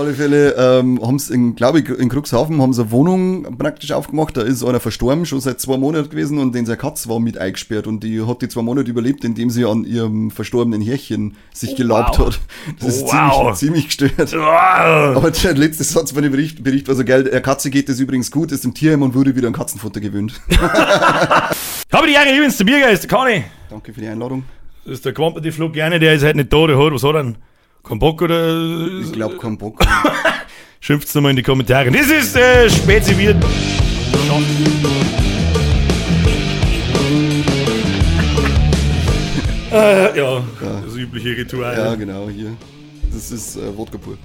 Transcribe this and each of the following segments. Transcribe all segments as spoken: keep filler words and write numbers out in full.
alle Fälle ähm, haben sie, glaube ich, in Cuxhaven haben sie eine Wohnung praktisch aufgemacht. Da ist einer verstorben, schon seit zwei Monaten gewesen und den seine Katze war mit eingesperrt und die hat die zwei Monate überlebt, indem sie an ihrem verstorbenen Härchen sich gelabt wow. hat. Das ist wow. ziemlich, ziemlich gestört. Wow. Aber der letzte Satz von dem Bericht, Bericht war so geil. Der Katze geht es übrigens gut, ist im Tierheim und wurde wieder an Katzenfutter gewöhnt. Habe die Ehre, übrigens, der Biergeist, der Kani. Danke für die Einladung. Das ist der Quampert, die Flug gerne, der ist halt nicht da, der hat, was hat er denn? Kein Bock oder? Ich glaube, kein Bock. Schimpft's nochmal in die Kommentare. Das ist äh, spezifiert. äh, ja, ja, das übliche Ritual. Ja, genau, hier. Das ist äh, Wodka pur.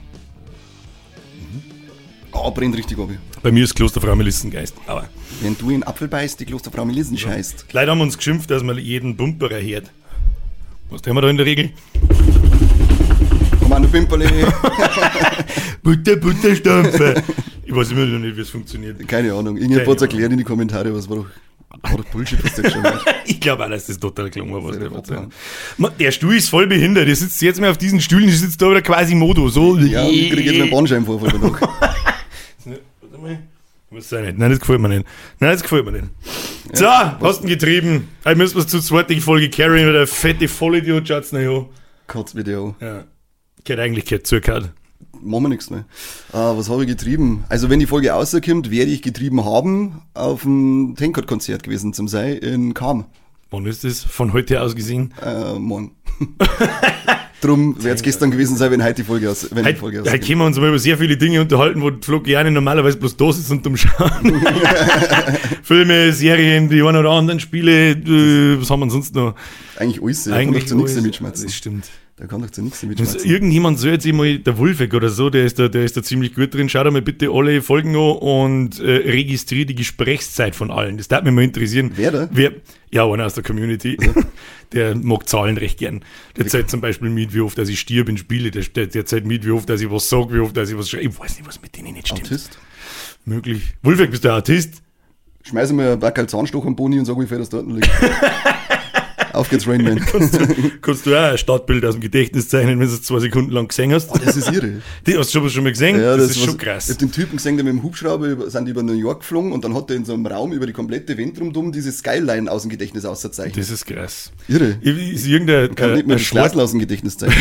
Ah, oh, brennt richtig ab. Bei mir ist Klosterfrau Melissengeist. Aber wenn du in Apfel beißt, die Klosterfrau Melissen ja. scheißt. Die Leute haben uns geschimpft, dass man jeden Bumper erhört. Was tun wir da in der Regel? Kommando Pimperle. Butter, Butter, Stampfer. Ich weiß immer noch nicht, wie es funktioniert. Keine Ahnung. Irgendjemand hat es erklärt in die Kommentare, was war doch, war doch Bullshit, was der schon hat. Ich glaube auch, dass das total gelungen war, was der erzählt. Der Stuhl ist voll behindert. Der sitzt jetzt mal auf diesen Stühlen, der sitzt da wieder quasi Modo. So. Ja, und ich kriege jetzt meinen Bandscheibenvorfall danach. Warte mal. Muss sein nicht. Nein, das gefällt mir nicht. Nein, das gefällt mir nicht. So, ja, hast du ihn getrieben. Heute müssen wir es zur zweiten Folge carryen, weil der fette Vollidiot schaut's nicht an. Kotz Video. Ja. Gehört eigentlich gehört zugehört. Machen wir nichts mehr. Ah, was habe ich getrieben? Also wenn die Folge rauskommt, werde ich getrieben haben auf dem Tankard-Konzert gewesen zum Sei in Cham. Wann ist das? Von heute aus gesehen? Äh, morgen. Drum wäre es gestern gewesen sein, wenn heute die Folge aus, wenn heute, die Folge heute können wir uns mal über sehr viele Dinge unterhalten, wo Flo gerne normalerweise bloß da sitzt und umschauen. Filme, Serien, die einen oder anderen Spiele, äh, was haben wir sonst noch? Eigentlich alles, da Eigentlich kann doch zu nichts mitschmerzen. Das stimmt. Da kann doch zu nichts mitschmerzen. Irgendjemand soll jetzt mal, der Wulfeck oder so, der ist da, der ist da ziemlich gut drin. Schaut mal bitte alle Folgen an und äh, registriert die Gesprächszeit von allen. Das darf mich mal interessieren. Wer da? Wer, ja, einer aus der Community. Ja. Der mag Zahlen recht gern. Der okay. zählt zum Beispiel mit, wie oft dass ich stirb in Spiele. Der, der, der zählt mit, wie oft dass ich was sag, wie oft dass ich was schreibe. Ich weiß nicht, was mit denen nicht stimmt. Autist? Möglich. Wulfeck, bist du Autist? Schmeiß mir ein Backerl Zahnstoch am Boni und sag, wie viel das dort liegt. Auf geht's, Rainman. kannst, du, kannst du auch ein Stadtbild aus dem Gedächtnis zeichnen, wenn du es zwei Sekunden lang gesehen hast? Oh, das ist irre. Die hast du schon mal gesehen? Ja, das, das ist was, schon krass. Ich hab den Typen gesehen, der mit dem Hubschrauber über, sind über New York geflogen und dann hat er in so einem Raum über die komplette Ventrum dumm diese Skyline aus dem Gedächtnis auszeichnet. Das ist krass. Irre. Ist irgendein, Man kann äh, nicht mehr ein das Schwarz Glas aus dem Gedächtnis zeichnen.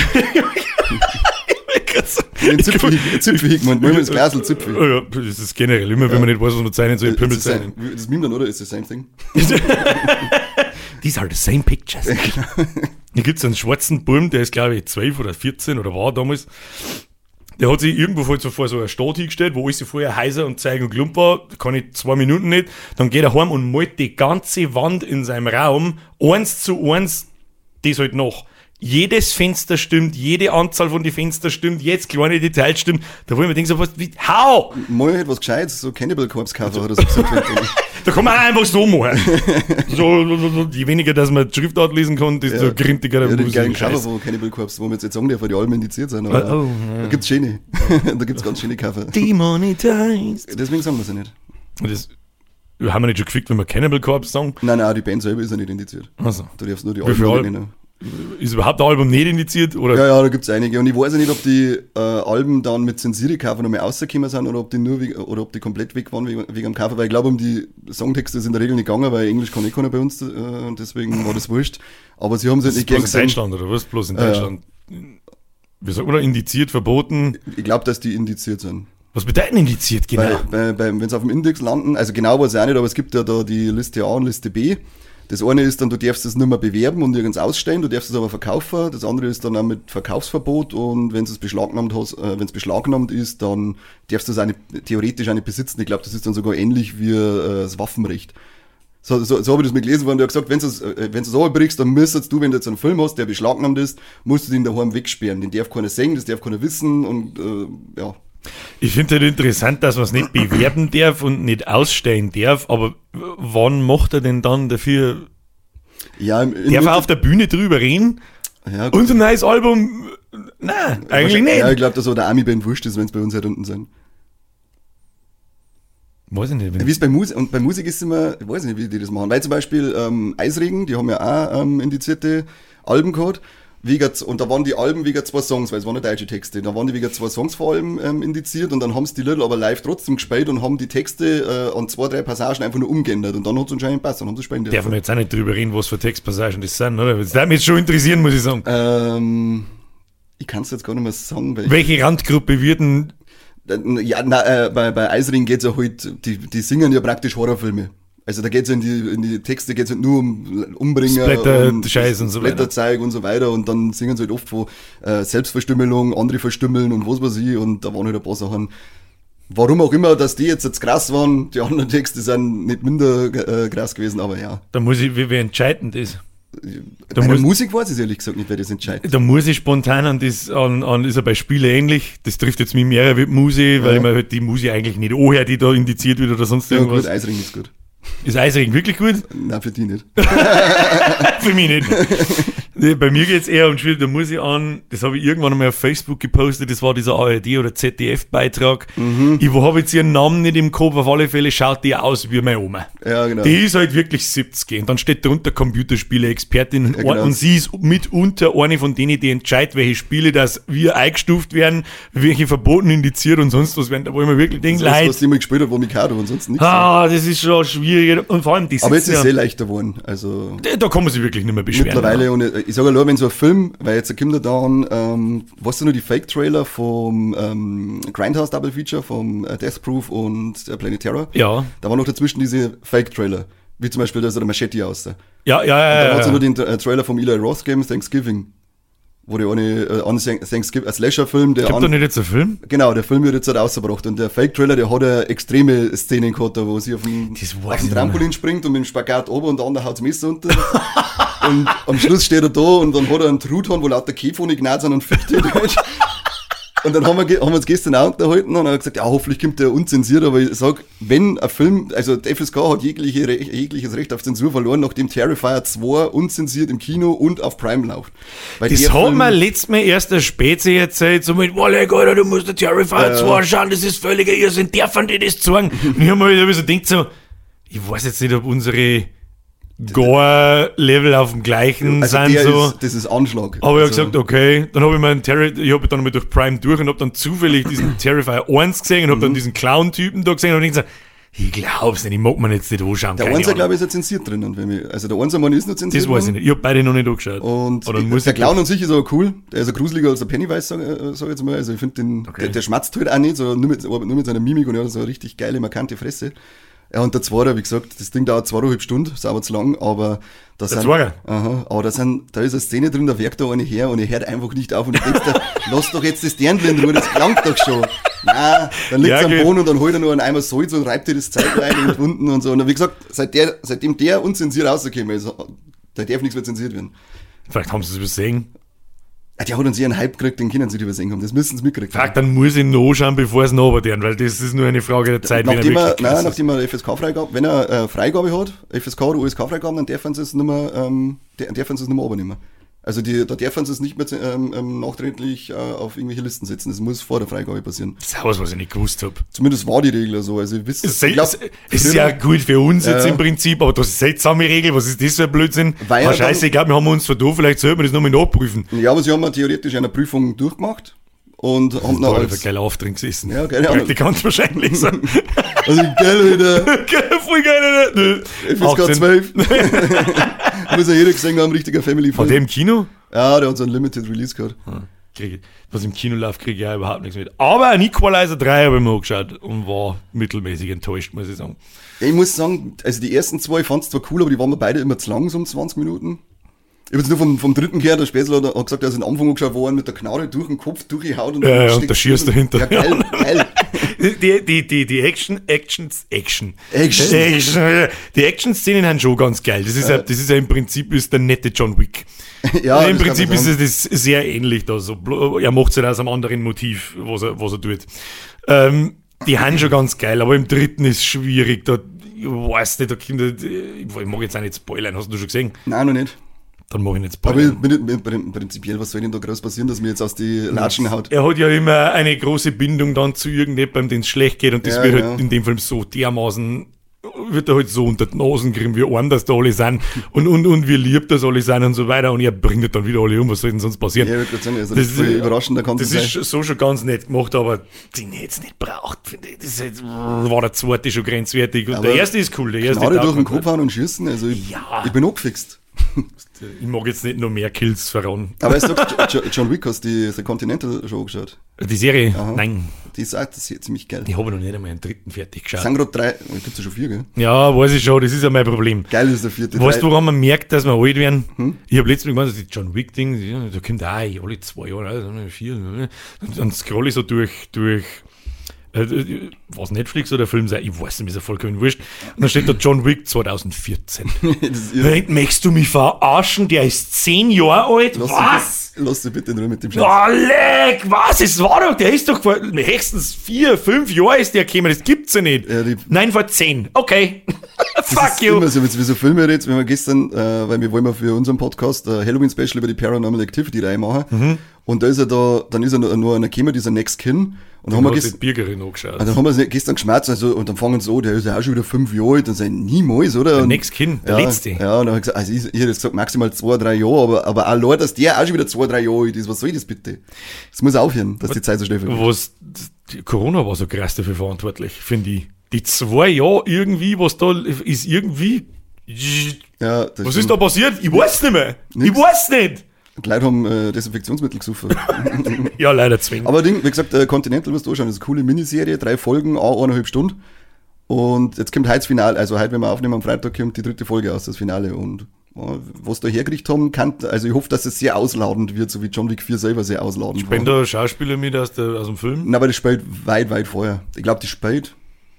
Den Zipfel, man will das Glasl Zipfel. Oh ja, das ist generell immer, ja. Wenn man nicht weiß, was man zeichnen soll, Pimmel zeichnen. Das Meme dann, oder? Ist das same thing? These are the same pictures. Ja, genau. Hier gibt es einen schwarzen Burm, der ist glaube ich zwölf oder vierzehn oder war damals. Der hat sich irgendwo vor so, vor so einer Stadt hingestellt, wo alles vorher heiser und Zeug und Klump war, kann ich zwei Minuten nicht. Dann geht er heim und malt die ganze Wand in seinem Raum eins zu eins das halt nach. Jedes Fenster stimmt, jede Anzahl von den Fenstern stimmt, jetzt kleine Details stimmt. Da wollen wir denken, so was wie, how? Mal halt was Gescheites, so Cannibal Corpse Cover oder so. Da kann man auch einfach so machen. so, so, so, je weniger, dass man die Schriftart lesen kann, desto ja. grindiger der ja, den geilen Cover von Cannibal Corpse, wo wir jetzt nicht sagen dürfen, die Alben indiziert sind. Aber oh, oh, ja. Da gibt's schöne. Da gibt's ganz schöne Cover. Demonetized. Deswegen sagen wir sie nicht. Und das haben wir nicht schon gefickt, wenn wir Cannibal Corpse sagen? Nein, nein, die Band selber ist ja nicht indiziert. Also. Du darfst nur die Alben nennen. Ist überhaupt ein Album nicht indiziert? Oder? Ja, ja, da gibt es einige. Und ich weiß ja nicht, ob die äh, Alben dann mit Zensiere-Cover nochmal rausgekommen sind oder ob die nur wie, oder ob die komplett weg waren wegen, wegen dem Cover, weil ich glaube, um die Songtexte ist in der Regel nicht gegangen, weil Englisch kann eh keiner bei uns äh, und deswegen war das wurscht. Aber sie haben es halt nicht gern gesagt. Bloß in Deutschland oder was? Bloß in Deutschland? Äh, Wie sagt man da? Indiziert, verboten? Ich glaube, dass die indiziert sind. Was bedeutet indiziert, genau? Weil, bei, bei, wenn sie auf dem Index landen, also genau weiß ich auch nicht, aber es gibt ja da die Liste A und Liste B. Das eine ist dann, du darfst es nicht mehr bewerben und nirgends ausstellen, du darfst es aber verkaufen. Das andere ist dann auch mit Verkaufsverbot und wenn es beschlagnahmt hast, äh, wenn es beschlagnahmt ist, dann darfst du es eine, theoretisch auch nicht besitzen. Ich glaube, das ist dann sogar ähnlich wie äh, das Waffenrecht. So, so, so habe ich das mal gelesen, weil der hat gesagt, wenn du es äh, wenn du es runterbrichst, dann müsstest du, wenn du jetzt einen Film hast, der beschlagnahmt ist, musst du den daheim wegsperren. Den darf keiner sehen, das darf keiner wissen und äh, ja. Ich finde es halt interessant, dass man es nicht bewerben darf und nicht ausstellen darf, aber wann macht er denn dann dafür? Ja, im, darf er auf der Bühne drüber reden? Ja, gut. Unser neues Album? Nein, eigentlich nicht. Ja, ich glaube, dass auch der Army-Band wurscht ist, wenn es bei uns halt unten sind. Weiß ich nicht. Wie es bei Musik, und bei Musik ist es immer, ich weiß nicht, wie die das machen. Weil zum Beispiel ähm, Eisregen, die haben ja auch ähm, indizierte Alben gehabt. wegen, und da waren die Alben wegen zwei Songs, weil es waren ja deutsche Texte, da waren die wegen zwei Songs vor allem ähm, indiziert und dann haben sie die Lieder aber live trotzdem gespielt und haben die Texte äh, an zwei, drei Passagen einfach nur umgeändert und dann hat es anscheinend passt, dann haben sie spendiert. Darf man jetzt auch nicht drüber reden, was für Textpassagen das sind, oder? Das würde mich jetzt schon interessieren, muss ich sagen. Ähm, ich kann es jetzt gar nicht mehr sagen. Welche, welche Randgruppe würden... Ja, na, äh, bei, bei Eisring geht's ja halt, die, die singen ja praktisch Horrorfilme. Also da geht's ja in die, in die Texte geht's halt nur um Umbringer, Splatter, um Scheiß und so weiter. Blätterzeug und so weiter und dann singen sie halt oft von äh, Selbstverstümmelung, andere verstümmeln und was weiß ich und da waren halt ein paar Sachen. Warum auch immer, dass die jetzt, jetzt krass waren, die anderen Texte sind nicht minder äh, krass gewesen, aber ja. Da muss ich, wie, wie entscheidend ist. Bei der Musik weiß ich ehrlich gesagt nicht, wer das entscheidet. Da muss ich spontan an das, an, an ist ja bei Spiele ähnlich. Das trifft jetzt mich mehr wie Musik, weil ja. ich mir halt die Musik eigentlich nicht anhöre, die da indiziert wird oder sonst irgendwas. Ja gut, Eisring ist gut. Ist Eisring wirklich gut? Nein, für die nicht. Für mich nicht. Nee, bei mir geht's eher um Spiel, da muss ich an, das habe ich irgendwann einmal auf Facebook gepostet, das war dieser A R D oder Z D F-Beitrag. Mhm. Ich habe jetzt ihren Namen nicht im Kopf, auf alle Fälle schaut die aus wie meine Oma. Ja, genau. Die ist halt wirklich siebzig und dann steht drunter Computerspiele-Expertin ja, genau. und sie ist mitunter eine von denen, die entscheidet, welche Spiele das wir eingestuft werden, welche verboten indiziert und sonst was werden, da wo ich mir wirklich denke, das ist, Leute. was die mal gespielt hat, war Mikado und sonst nichts. Ah, das ist schon schwierig und vor allem die Aber jetzt ist es ja, sehr leichter geworden, also. Da, da kann man sich wirklich nicht mehr beschweren. Mittlerweile, ja. und ich sage nur, wenn so ein Film, weil jetzt kommt er dann, ähm, weißt du nur die Fake-Trailer vom ähm, Grindhouse Double Feature, vom äh, Death Proof und äh, Planet Terror? Ja. Da waren noch dazwischen diese Fake-Trailer, wie zum Beispiel da ist der Machete aus. Da. Ja, ja, ja. Und dann ja, hat es ja. nur den äh, Trailer vom Eli Roth Game Thanksgiving, wo der eine äh, an Thanksgiving, ein Slasher-Film, der. Gibt da nicht jetzt einen Film? Genau, der Film wird jetzt halt rausgebracht und der Fake-Trailer, der hat eine extreme Szene gehabt, da wo sie auf dem, auf dem Trampolin springt und mit dem Spagat oben und der andere haut das Messer unter. Und am Schluss steht er da und dann hat er einen Truthahn, wo lauter Käfer nicht genäht sind und fickt ihn halt. Und dann haben wir, haben wir uns gestern auch unterhalten und er hat gesagt, ja, hoffentlich kommt der unzensiert, aber ich sag, wenn ein Film, also der F S K hat jegliche, jegliches Recht auf Zensur verloren, nachdem Terrifier zwei unzensiert im Kino und auf Prime läuft. Weil das hat mir letztes Mal erst der Spätze erzählt, so mit, Walleck, Alter, du musst der Terrifier äh, zwei schauen, das ist völliger Irrsinn, dürfen die das sagen? Und ich hab mir wieder so gedacht, so, ich weiß jetzt nicht, ob unsere Gore-Level auf dem gleichen also sind, so. Ist, das ist Anschlag. Aber ich also. hab gesagt, okay, dann habe ich meinen Terri- ich habe dann mal durch Prime durch und hab dann zufällig diesen Terrifier eins gesehen und hab dann diesen Clown-Typen da gesehen und hab gesagt, ich glaub's nicht, ich mag mir jetzt nicht anschauen. Der Einser, glaube ich, ist ja zensiert drinnen. Wenn wir, also der Einser Mann ist noch zensiert. Das weiß ich nicht. Ich hab beide noch nicht angeschaut. Und Oder ich, der Clown an sich ist aber cool. Der ist ja gruseliger als der Pennywise, sag, sag ich jetzt mal. Also ich finde den, okay. der, der schmatzt halt auch nicht, so nur mit, nur mit seiner Mimik und er hat so eine richtig geile, markante Fresse. Ja, und der Zweiter, wie gesagt, das Ding dauert zweieinhalb Stunden, ist aber zu lang, aber da der sind, Zweiter? aha, aber da sind, da ist eine Szene drin, da werkt da eine her und er hört einfach nicht auf und du denkst dir, lass doch jetzt das Dirndl in Ruhe, das klangt doch schon. Nein, dann liegt er ja, am Boden und dann holt er nur einen Eimer Salz und reibt dir das Zeug rein und unten und so. Und wie gesagt, seit der, seitdem der unzensiert rausgekommen ist, da darf nichts mehr zensiert werden. Vielleicht haben sie es übersehen. Ja, die hat uns ihren Hype gekriegt, den können sie nicht übersehen haben, das müssen sie mitkriegen. Frag, dann muss ich noch schauen, bevor es noch werden, weil das ist nur eine Frage der Zeit, nachdem wenn er er, wirklich nein, nachdem er F S K-Freigabe, wenn er äh, Freigabe hat, F S K oder U S K-Freigaben, dann dürfen sie es nicht mehr, ähm, dürfen sie es nicht mehr übernehmen. Also die, da dürfen sie es nicht mehr ähm, ähm, nachträglich äh, auf irgendwelche Listen setzen. Das muss vor der Freigabe passieren. Das ist was, was ich nicht gewusst habe. Zumindest war die Regel so. Also ich wisst, es ich glaub, es ist ja gut für uns jetzt äh, im Prinzip, aber das ist eine seltsame Regel. Was ist das für ein Blödsinn? Weil ah, scheiße, ich glaube, wir haben uns vertan, vielleicht sollten wir das nochmal nachprüfen. Ja, aber sie haben ja theoretisch eine Prüfung durchgemacht. Und haben da noch als... geil Aufdring gesessen. Ja, keine Ahnung. Praktikant wahrscheinlich so. Also geil, Alter. Voll geil, Alter. F S K zwölf. Muss ja jeder gesehen haben, richtiger Family-Film. War der im Kino? Ja, der hat so einen Limited Release gehabt. Hm. Krieg, was im Kino läuft, kriege ich ja überhaupt nichts mit. Aber ein Equalizer drei habe ich mir angeschaut und war mittelmäßig enttäuscht, muss ich sagen. Ja, ich muss sagen, also die ersten zwei, ich fand es zwar cool, aber die waren mir beide immer zu lang, so um zwanzig Minuten. Ich habe jetzt nur vom, vom dritten gehört, der Späßler hat, hat gesagt, er ist in den Anfang angeschaut, wo er mit der Knarre durch den Kopf durchgehaut und ja, ja, und da schießt dahinter. Ja, geil, geil. Die, die, die, die Action, Actions, Action. Action. Action. Die Action-Szenen sind schon ganz geil. Das ist, ja, das ist ja im Prinzip ist der nette John Wick. Ja, im Prinzip ist es das sehr ähnlich da. So. Er macht es halt aus einem anderen Motiv, was er, was er tut. Ähm, die haben schon ganz geil, aber im dritten ist es schwierig. Da, ich weiß nicht, da Kinder, ich mag jetzt auch nicht spoilern. Hast du schon gesehen? Nein, noch nicht. Dann mache ich nicht spoilern. Aber ich, ich, ich, prinzipiell, was soll denn da groß passieren, dass mir jetzt aus die Latschen haut? Er hat ja immer eine große Bindung dann zu irgendjemandem, dem es schlecht geht und das ja, wird ja. halt in dem Film so dermaßen wird er halt so unter die Nasen kriegen, wie arm das da alle sind und, und, und wie lieb das alle sind und so weiter und er bringt dann wieder alle um, was soll denn sonst passieren? Ja, ich würde sagen, also das, das ist überraschender kann das ist sein. So schon ganz nett gemacht, aber den hätte es nicht braucht, finde ich. Das jetzt, war der zweite schon grenzwertig und aber der erste ist cool. Der erste durch den Kopf hauen und schießen, also ich, ja. ich bin angefixt. Ich mag jetzt nicht noch mehr Kills verraten. Aber ich sag, John Wick, hast du die The Continental Show geschaut? Die Serie? Aha. Nein. Die ist auch das ist ziemlich geil. Ich habe noch nicht einmal einen dritten fertig geschaut. Es sind gerade drei, gibt es ja schon vier, gell? Ja, weiß ich schon, das ist ja mein Problem. Geil ist der vierte. Weißt du, woran man merkt, dass wir alt werden? Hm? Ich habe letztens Mal gemeint, das John Wick-Ding, ja, da kommt auch alle zwei Jahre, also vier, und dann scroll ich so durch, durch Äh, was Netflix oder Film sei, ich weiß nicht, ist ja vollkommen wurscht. Und dann steht da John Wick zwanzig vierzehn. Möchtest du mich verarschen? Der ist zehn Jahre alt? Lass was? Du, lass du bitte nur mit dem Scheiß. Oh, leck, was? Es war doch, der ist doch vor höchstens vier, fünf Jahren ist der gekommen, das gibt's ja nicht. Ja, die, Nein, vor zehn. Okay. Fuck you. Immer so, wenn so Filme redest, wenn wir gestern, äh, weil wir wollen ja für unseren Podcast ein Halloween-Special über die Paranormal Activity-Reihe machen. Mhm. Und da ist er da, dann ist er nur, nur einer gekommen, dieser Next Kin. Und dann haben wir gestern, angeschaut. dann haben wir gestern geschmerzt, also, und dann fangen sie an, der ist ja auch schon wieder fünf Jahre alt, und sagen, niemals, oder? Der und, Next Kin, der ja, letzte. Ja, und dann habe ich gesagt, also ich, ich hätte gesagt, maximal zwei, drei Jahre, aber, aber allein, dass der auch schon wieder zwei, drei Jahre alt ist, was soll das bitte? Das muss aufhören, dass was, die Zeit so schnell vergeht. Was, Corona war so krass dafür verantwortlich, finde ich. Die zwei Jahre irgendwie, was da ist irgendwie, ja, was stimmt. Ist da passiert? Ich weiß nicht mehr. Nix. Ich weiß nicht. Die Leute haben äh, Desinfektionsmittel gesucht. Ja, leider zwingend. Aber Ding, wie gesagt, äh, Continental wirst du anschauen, das ist eine coole Miniserie, drei Folgen, auch eineinhalb Stunden. Und jetzt kommt heute das Finale, also heute, wenn wir aufnehmen, am Freitag kommt die dritte Folge aus, das Finale. Und äh, was da hergekriegt haben, kann, also ich hoffe, dass es sehr ausladend wird, so wie John Wick vier selber sehr ausladend war. Spielen da Schauspieler mit aus, der, aus dem Film? Nein, aber das spielt weit, weit vorher. Ich glaube, die spielt,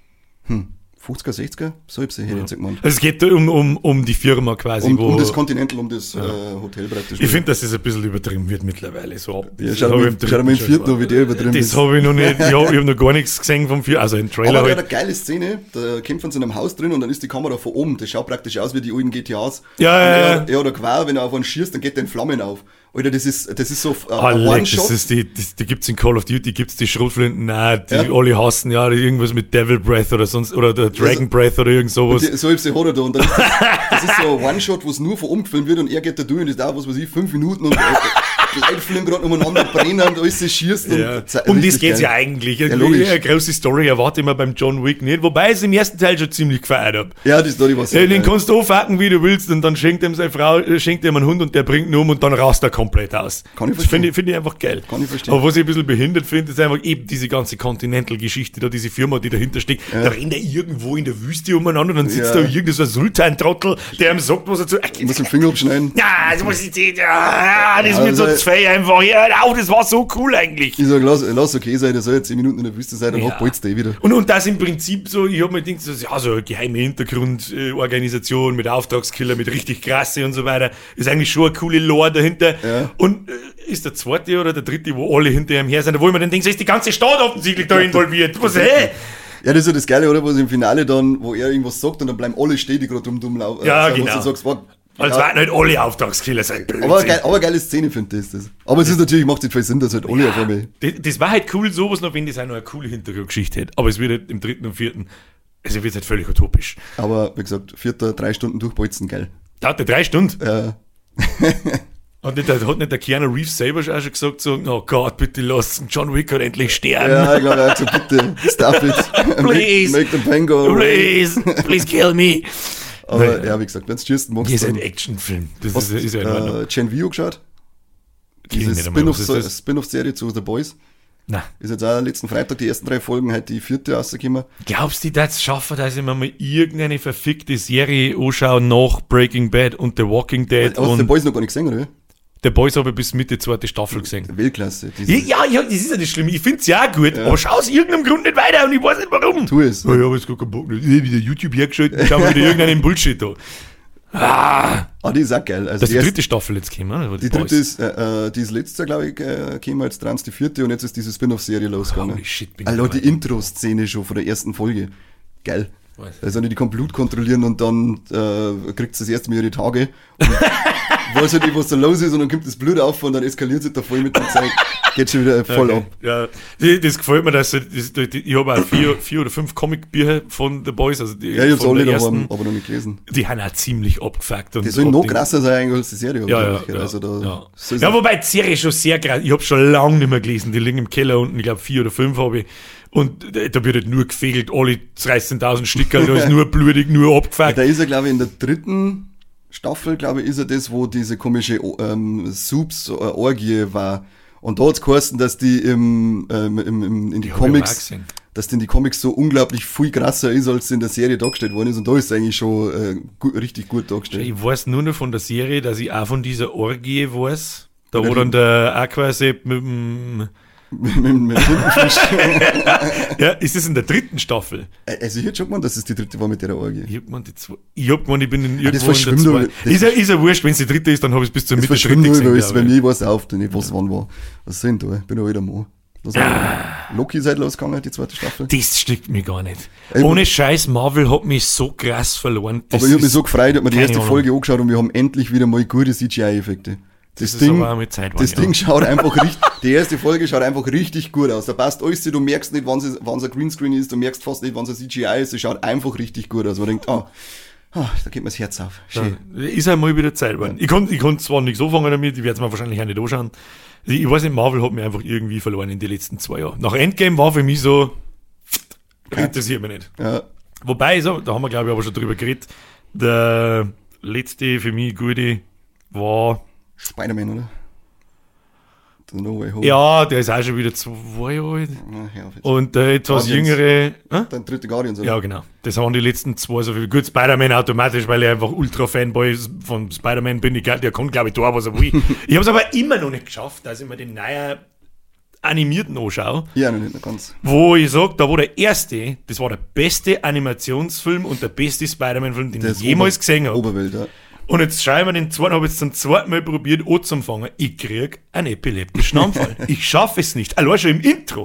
hm, fünfziger, sechziger, so habe ich ja. jetzt gemeint. Also es geht da um, um, um die Firma quasi. Um, wo um das Continental, um das ja. äh, Hotel praktisch. Ich finde, dass es ein bisschen übertrieben wird mittlerweile. So, ja, schau mal im vierten noch, wie der übertrieben das ist. Das habe ich noch nicht, ja, ich habe noch gar nichts gesehen vom vierten, also im Trailer. Aber halt. eine geile Szene, da kämpfen sie in einem Haus drin und dann ist die Kamera von oben. Das schaut praktisch aus wie die alten G T As. Ja, ja, ja. Er oder quer, wenn er auf einen schießt, dann geht der in Flammen auf. Alter, das ist, das ist so äh, ah, ein One-Shot. Das ist die, das, die gibt's in Call of Duty, gibt's die Schrotflinten, nein, die ja. alle hassen, ja, irgendwas mit Devil Breath oder sonst, oder der Dragon also, Breath oder irgend sowas. Die, so hat sie hat er da. Und dann ist das, das ist so ein One-Shot, wo es nur von oben gefilmt wird und er geht da durch und das dauert, was weiß ich, fünf Minuten und die Leute fliegen gerade umeinander, brennen und alles schießt. Ja. Und um das geht's geil. Ja eigentlich. Ja, eine große Story erwarte ich mir beim John Wick nicht, wobei ich es im ersten Teil schon ziemlich gefeiert habe. Ja, die Story war so ja, den kannst du aufhaken, wie du willst und dann schenkt ihm seine Frau, schenkt ihm einen Hund und der bringt ihn um und dann rast er komplett aus. Kann ich verstehen. Das finde ich, find ich einfach geil. Kann ich verstehen. Aber was ich ein bisschen behindert finde, ist einfach eben diese ganze Continental-Geschichte, da diese Firma, die dahinter steckt, ja. Da rennt er irgendwo in der Wüste umeinander und dann sitzt ja. da irgendein so ein Sultan-Trottel, der ihm sagt, was er zu... Ich muss den Finger abschneiden. Ja, das muss ich sehen. Ja, das ja, wird so zwei einfach. Ja, oh, das war so cool eigentlich. Ich sag, lass, lass okay sein, der soll jetzt zehn Minuten in der Wüste sein, dann ja. hopp bald's eh wieder. Und, und das im Prinzip so, ich hab mir gedacht, so, ja, so eine geheime Hintergrundorganisation mit Auftragskiller, mit richtig krasse und so weiter, ist eigentlich schon eine coole Lore dahinter. Ja. Und äh, ist der zweite oder der dritte, wo alle hinter ihm her sind, wo ich mir dann denke, so ist die ganze Stadt offensichtlich da involviert. Was, hä? Ja, das ist ja das Geile, oder? Wo sie im Finale dann, wo er irgendwas sagt und dann bleiben alle stehen, die gerade drum dumm laufen. Ja, also, genau. Du sagst, war, als ja. waren halt alle Auftragskiller. Aber, geil, aber geile Szene, finde ich das. Aber es ist natürlich, macht nicht viel Sinn, dass halt alle ja, auf einmal. Das, das war halt cool, sowas noch, wenn das auch noch eine coole Hintergrundgeschichte hätte. Aber es wird halt im dritten und vierten, also wird halt völlig utopisch. Aber, wie gesagt, vierter, drei Stunden durchbolzen, geil. Dauert der drei Stunden? Ja. Hat nicht, hat nicht der Keanu Reeves selber auch schon gesagt, so, oh Gott, bitte lass John Wick halt endlich sterben. Ja, ich glaube, er hat gesagt, bitte, stop it. Please. Make, make the pain go. Please, please kill me. Aber naja. Ja, wie gesagt, wenn es schießt, magst du... Das ist ein Actionfilm. Das hast, ist, ist ja in Ordnung. Äh, Gen V geschaut? Diese Spin-off-Serie Spin zu The Boys. Nein. Ist jetzt auch letzten Freitag die ersten drei Folgen, heute die vierte rausgekommen. Glaubst du, die das schaffen, dass ich mir mal irgendeine verfickte Serie anschaue nach Breaking Bad und The Walking Dead? Aber hast du The Boys noch gar nicht gesehen, oder? The Boys habe ich bis Mitte zweite Staffel gesehen. Weltklasse. Ja, ja, das ist ja das Schlimme. Ich finde es ja auch gut, ja. Aber schau aus irgendeinem Grund nicht weiter und ich weiß nicht warum. Tu es. Oh, ich habe jetzt gar keinen Bock mehr. Ich habe wieder YouTube hergeschaltet und schau mir wieder irgendeinen Bullshit an. Ah, ah, die ist auch geil. Also das ist die, die dritte Staffel jetzt gekommen, oder? Die, die dritte ist, äh, die ist letztes Jahr, glaube ich, äh, gekommen, jetzt dran die vierte und jetzt ist diese Spin-off-Serie losgegangen. Holy shit, bin also die Intro-Szene schon von der ersten Folge. Geil. Also die kann Blut kontrollieren und dann äh, kriegt sie das erste Mal ihre Tage. Und weiß halt nicht, was da los ist und dann kommt das Blut auf und dann eskaliert es da voll mit der Zeit. Geht schon wieder voll okay. ab. Ja, das gefällt mir, dass das, das, ich habe auch vier, vier oder fünf Comicbücher von The Boys, also die, ja, ich hab's alle daheim, aber noch nicht gelesen. Die haben auch ziemlich abgefuckt. Und die sollen noch krasser sein eigentlich als die Serie. Ja, ja, ja, also da ja. So ja, wobei die Serie schon sehr krass, ich habe schon lange nicht mehr gelesen, die liegen im Keller unten, ich glaube vier oder fünf habe ich. Und da wird halt nur gefegelt, alle dreizehntausend Stücke, da ist nur blutig, nur abgefuckt. Da ist er, glaube ich, in der dritten Staffel, glaube ich, ist er das, wo diese komische ähm, Soups-Orgie war. Und da hat es geheißen, dass die im, ähm, im, im, in die, die Comics, dass die in die Comics so unglaublich viel krasser ist, als in der Serie dargestellt worden ist. Und da ist es eigentlich schon äh, gut, richtig gut dargestellt. Ich weiß nur noch von der Serie, dass ich auch von dieser Orgie weiß. Da wo dann der Aquasepp mit dem mit, mit, mit Tintenfisch. Ja, ist das in der dritten Staffel? Also ich hätte schon gemeint, dass es die dritte war mit der Orgie. Ich hab gemeint, die zwei, ich hab gemeint, ich bin in irgendwo ah, in der zweiten. Ist ja, ist ja wurscht, wenn es die dritte ist, dann habe ich es bis zur Mitte der dritte gesehen. Das bei mir was auf, denn ich weiß wann war. Was sind da? Ich bin ja wieder mal. Ah. Loki seid losgegangen, die zweite Staffel. Das stimmt mich gar nicht. Ey, ohne Scheiß, Marvel hat mich so krass verloren. Das aber ich hab mich so gefreut, ich hab mir die erste Ahnung. Folge angeschaut und wir haben endlich wieder mal gute C G I-Effekte. Das, das, Ding, Zeit, das Ding schaut einfach richtig, die erste Folge schaut einfach richtig gut aus. Da passt alles, du merkst nicht, wann es ein Greenscreen ist, du merkst fast nicht, wann es ein C G I ist, es schaut einfach richtig gut aus. Man denkt, ah, oh, da geht mir das Herz auf. Schön. Ja, ist einmal wieder Zeit geworden. Ja. Ich konnte ich konnt zwar nichts anfangen damit, ich werde es mir wahrscheinlich auch nicht anschauen. Ich weiß nicht, Marvel hat mich einfach irgendwie verloren in den letzten zwei Jahren. Nach Endgame war für mich so, ja. interessiert mich nicht. Ja. Wobei, so, da haben wir glaube ich aber schon drüber geredet, der letzte für mich gute war Spider-Man, oder? The No Way Home. Ja, der ist auch schon wieder zwei Jahre alt. Ja, und der etwas jüngere. Äh? Der dritte Guardians, oder? Ja, genau. Das waren die letzten zwei so viel. Gut, Spider-Man automatisch, weil ich einfach Ultra-Fanboy von Spider-Man bin. Ich, der kann, glaube ich, da, was er will. Ich habe es aber immer noch nicht geschafft, dass ich mir den neuen animierten anschaue. Ja, noch nicht mehr ganz. Wo ich sage, da war der erste, das war der beste Animationsfilm und der beste Spider-Man-Film, den ich jemals Ober- gesehen habe. Oberwelt, ja. Und jetzt schaue ich mir den zweiten, habe jetzt zum zweiten Mal probiert anzufangen. Ich krieg einen epileptischen Anfall. Ich schaffe es nicht. Allein schon im Intro.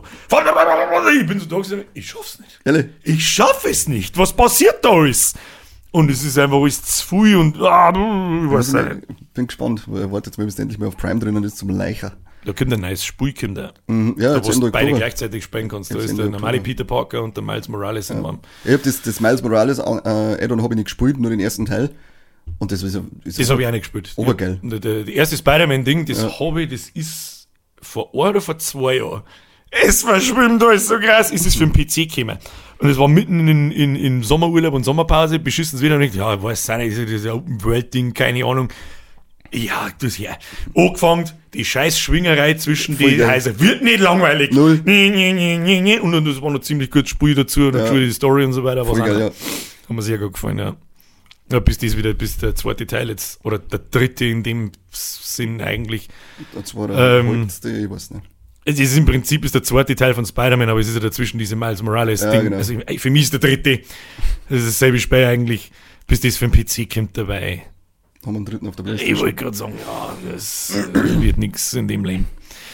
Ich bin so da gesagt, ich schaff's nicht. Ehrlich? Ich schaffe es nicht. Was passiert da alles? Und es ist einfach alles zu viel und ah, ich weiß nicht. Ich bin gespannt. Ich warte jetzt mal, bis endlich mal auf Prime drinnen ist zum Leicher. Da kommt ein neues Spiel, da. Mhm, ja, da wo du beide gleichzeitig spielen kannst. Da jetzt ist der normale Peter Parker und der Miles Morales ja. in einem. Ich habe das, das Miles Morales äh, Add-on habe ich nicht gespielt, nur den ersten Teil. Und das ist, ist Das habe ich auch nicht gespielt. Obergeil. Der, der, der erste Spider-Man-Ding, das ja. habe ich, das ist vor ein oder vor zwei Jahren. Es verschwimmt alles so krass, ist es für den P C gekommen. Und es war mitten in, in, in Sommerurlaub und Sommerpause, beschissen es wieder und ich dachte, ja, ich weiß auch nicht, das Open-World-Ding, keine Ahnung. Ja, das ja. Angefangen, die scheiß Schwingerei zwischen Voll die geil. Häuser wird nicht langweilig. Null. Nee, nee, nee, nee, nee. Und dann, das war noch ziemlich gut Spiel dazu und ja. die Story und so weiter. Voll Was geil, ja. Hat mir sehr gut gefallen, ja. Ja, bis das wieder, bis der zweite Teil jetzt, oder der dritte in dem Sinn eigentlich. Das war der ähm, letzte, ich weiß nicht. Es ist im Prinzip ist der zweite Teil von Spider-Man, aber es ist ja dazwischen diese Miles Morales-Ding. Ja, genau. Also für mich ist der dritte, das ist dasselbe Spiel eigentlich, bis das für den P C kommt dabei. Haben wir einen dritten auf der Playstation. Ich wollte gerade sagen, ja, das wird nichts in dem Leben.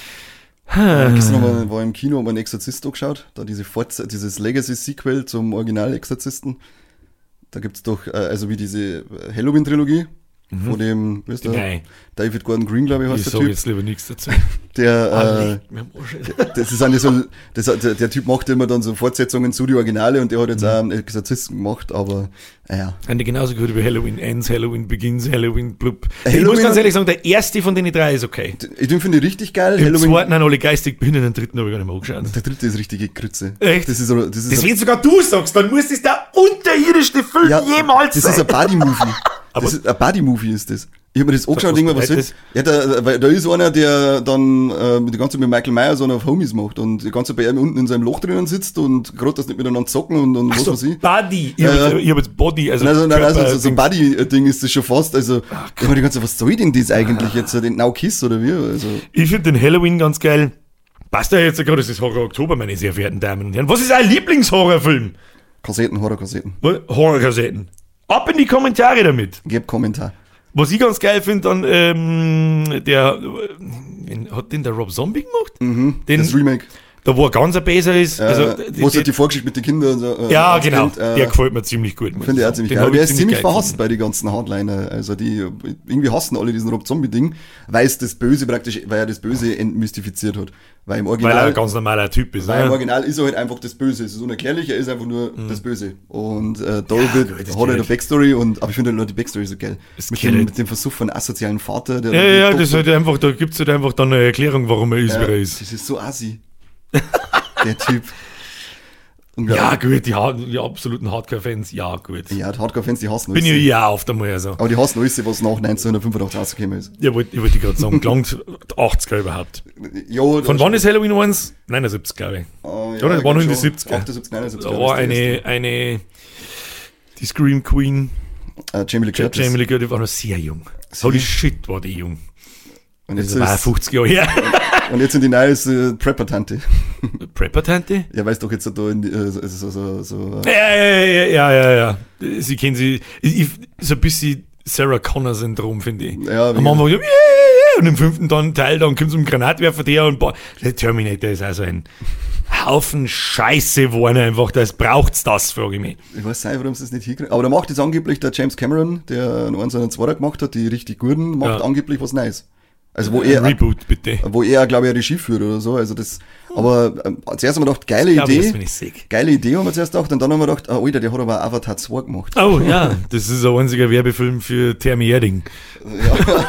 Ja, gestern haben wir, war im Kino, haben wir einen Exorzist angeschaut, da diese Fortse- dieses Legacy-Sequel zum Original-Exorzisten. Da gibt's doch, äh, also wie diese Halloween-Trilogie mhm. von dem, wie ist der? Nein. David Gordon Green, glaube ich, heißt Ich der sage Typ. jetzt lieber nichts dazu. Der, Ah, äh, das ist eigentlich so, das, der, der Typ macht immer dann so Fortsetzungen zu die Originale und der hat jetzt Mhm. auch einen Exorzisten gemacht, aber, naja. Haben die genauso gehört wie Halloween Ends, Halloween Begins, Halloween Blub. Ich Halloween- muss ganz ehrlich sagen, der erste von den drei ist okay. Ich den finde ich richtig geil. Im Halloween, zweiten haben alle geistig behindert, den dritten habe ich gar nicht mehr angeschaut. der dritte ist richtige Krütze. Echt? Das ist, so- das ist, Das, ein- wenn sogar du sagst, dann muss das der unterirdischste Film ja, jemals das sein. ist ein Buddy-Movie. Aber- Das ist ein Buddy-Movie ist das. Ich habe mir das angeschaut und was denke mir, was bedeutet soll ja, da, weil da ist einer, der dann äh, die ganze Zeit mit Michael Myers so auf Homies macht und die ganze Zeit bei ihm unten in seinem Loch drinnen sitzt und gerade das nicht miteinander zocken und, und was so, weiß ich. Body. Ich Ja, habe ja. jetzt, ich hab jetzt Body, also Nein, also, nein, also, Körper- so, so ein Buddy-Ding ist das schon fast. Also, ich meine, die ganze Zeit, was soll denn das eigentlich jetzt? Den Now Kiss oder wie? Also, Ich finde den Halloween ganz geil. Passt ja jetzt gerade, das ist Horror Oktober, meine sehr verehrten Damen und Herren. Was ist euer Lieblingshorrorfilm? Kassetten, Horrorkassetten. Horrorkassetten. Ab in die Kommentare damit. Gib Kommentar. Was ich ganz geil finde, dann, ähm, der, äh, wen hat den der Rob Zombie gemacht? Mhm, Den, das Remake. da wo er ganz ein Böser ist. Äh, also, wo es halt die Vorgeschichte mit den Kindern so, äh, ja, genau. Kind, äh, der gefällt mir ziemlich gut. Finde ich auch ziemlich geil. Aber der ist ziemlich verhasst bei den ganzen Hardliner. Also die irgendwie hassen alle diesen Rob Zombie-Ding, weil es das Böse praktisch, weil er das Böse entmystifiziert hat. Weil im Original. Weil er ein ganz normaler Typ ist. Weil ne? im Original ist er halt einfach das Böse. Es ist unerklärlich, er ist einfach nur mhm. das Böse. Und äh, da ja, wird, gut, hat er eine Backstory, und, aber ich finde halt nur die Backstory so geil. Mit dem, mit dem Versuch von asozialen Vater. Der ja, ja, das halt einfach, da gibt es halt einfach dann eine Erklärung, warum er ist, ja, wie er ist. Das ist so assi. Der Typ. Ja, gut, die, die absoluten Hardcore-Fans, ja, gut. Ja, die Hardcore-Fans, die hassen alles. Bin ich ja oft einmal so. Aber die hassen alles, was nach neunzehnhundertfünfundachtzig rausgekommen ist. Ja, wollte ich wollte gerade sagen, gelangt achtziger überhaupt. Ja, von wann ist Halloween eins? neunundsiebzig, glaube ich. Oh, ja, Oder? Das war noch in die siebziger. achtundsiebzig, neunundsiebzig. Da war eine, eine, die Scream Queen. Uh, Jamie Lee Curtis. Jamie Lee Curtis war noch sehr jung. Sie? Holy shit, war die jung. Und jetzt das war fünfzig Jahre her. Und jetzt sind die neue äh, Prepper-Tante. Prepper-Tante? Ja, weißt du doch jetzt so da in die, äh, so, so, so, ja, ja, ja, ja, ja, ja. Sie kennen sie, ich, so ein bisschen Sarah Connor-Syndrom, finde ich. Ja, am Anfang so, yeah, yeah, und im fünften dann Teil, dann kommt so ein Granatwerfer der und boah, der Terminator ist also ein Haufen Scheiße geworden einfach, das braucht's das, frage ich mich. Ich weiß nicht, warum sie das nicht hinkriegen. Aber da macht jetzt angeblich der James Cameron, der einen eins und einen zwei gemacht hat, die richtig guten, macht ja. angeblich was Neues. Also wo er, Reboot, bitte. Wo er, glaube ich, Regie führt oder so. Also das, aber ähm, zuerst haben wir gedacht, geile ich Idee. Glaube, das geile Idee haben wir zuerst gedacht. Und dann haben wir gedacht, oh, Alter, der hat aber Avatar zwei gemacht. Oh ja, das ist ein einziger Werbefilm für Thermi Erding. Ja.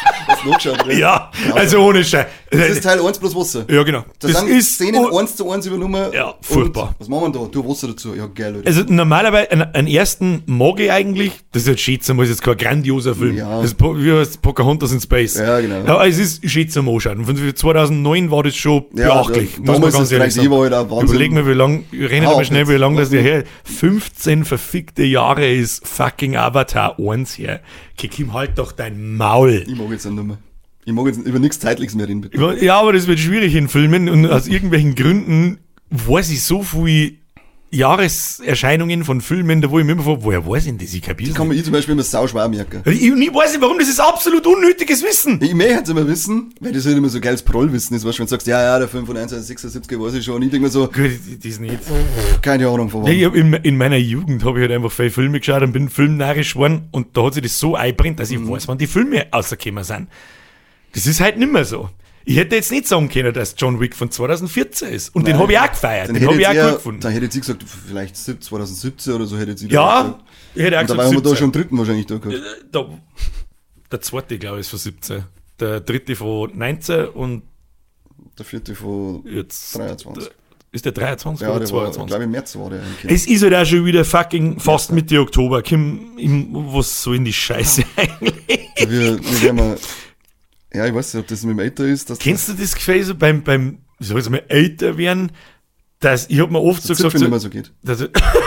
Ja, ja, also ohne Scheiß. Das ist Teil eins plus Wasser. Ja, genau. Das, das sind ist Szenen oh, eins zu eins übernommen. Ja, furchtbar. Was machen wir da? Du Wasser dazu. Ja, geil, Leute. Also normalerweise, einen, einen ersten mag ich eigentlich, das ist jetzt schätzen mal, ist jetzt kein grandioser Film. Ja. Das ist wie heißt Pocahontas in Space. Ja, genau. Ja, es ist schätzen mal anschauen. Von zweitausendneun war das schon ja, beachtlich. Da, muss man ganz ehrlich sagen. War halt Wahnsinn. Überleg mir, wie lang, rennen wir mal schnell, wie lang das der her, fünfzehn verfickte Jahre ist fucking Avatar eins her. Kikim, halt doch dein Maul. Ich mag jetzt nicht mehr. Ich mag jetzt über nichts Zeitliches mehr reden, bitte. Ja, aber das wird schwierig in Filmen und aus irgendwelchen Gründen weiß ich so viel Jahreserscheinungen von Filmen, da wo ich mir immer frage, woher weiß ich denn das? Ich kapiere das kann man ich zum Beispiel immer sau schwer merken. Ich, ich weiß nicht warum, das ist absolut unnötiges Wissen. Ich möchte es immer wissen, weil das halt immer so geiles Prollwissen ist, was wenn du sagst, ja, ja, der Film von neunzehnhundertsechsundsiebzig weiß ich schon, und ich denke mir so, gut, das ist nicht. Keine Ahnung von wann. Ja, in, in meiner Jugend habe ich halt einfach viele Filme geschaut und bin filmnarrisch geworden und da hat sich das so eingebrennt, dass ich mhm. weiß, wann die Filme rausgekommen sind. Das ist halt nicht mehr so. Ich hätte jetzt nicht sagen können, dass John Wick von zweitausendvierzehn ist. Und Nein, den habe ich auch gefeiert. Den habe ich auch gut gefunden. Dann hätte ich gesagt, vielleicht zweitausendsiebzehn oder so hätte ich Ja, gesagt. ich hätte auch gesagt. Da waren wir da schon im dritten wahrscheinlich da gehabt. Da, der zweite, glaube ich, ist von siebzehn. Der dritte von neunzehn und der vierte von jetzt dreiundzwanzig. Ist der dreiundzwanzig ja, oder der zweiundzwanzig? Ich glaube, im März war der. Es ist halt auch schon wieder fucking fast ja. Mitte Oktober. Kim, was so in die Scheiße eigentlich? Ja, wir, wir werden mal Ja, ich weiß nicht, ob das mit dem Alter ist. Dass Kennst du das Gefühl so beim, beim, wie soll ich mal, älter werden, dass, ich hab mir oft so gesagt, so, nicht mehr so geht. Dass,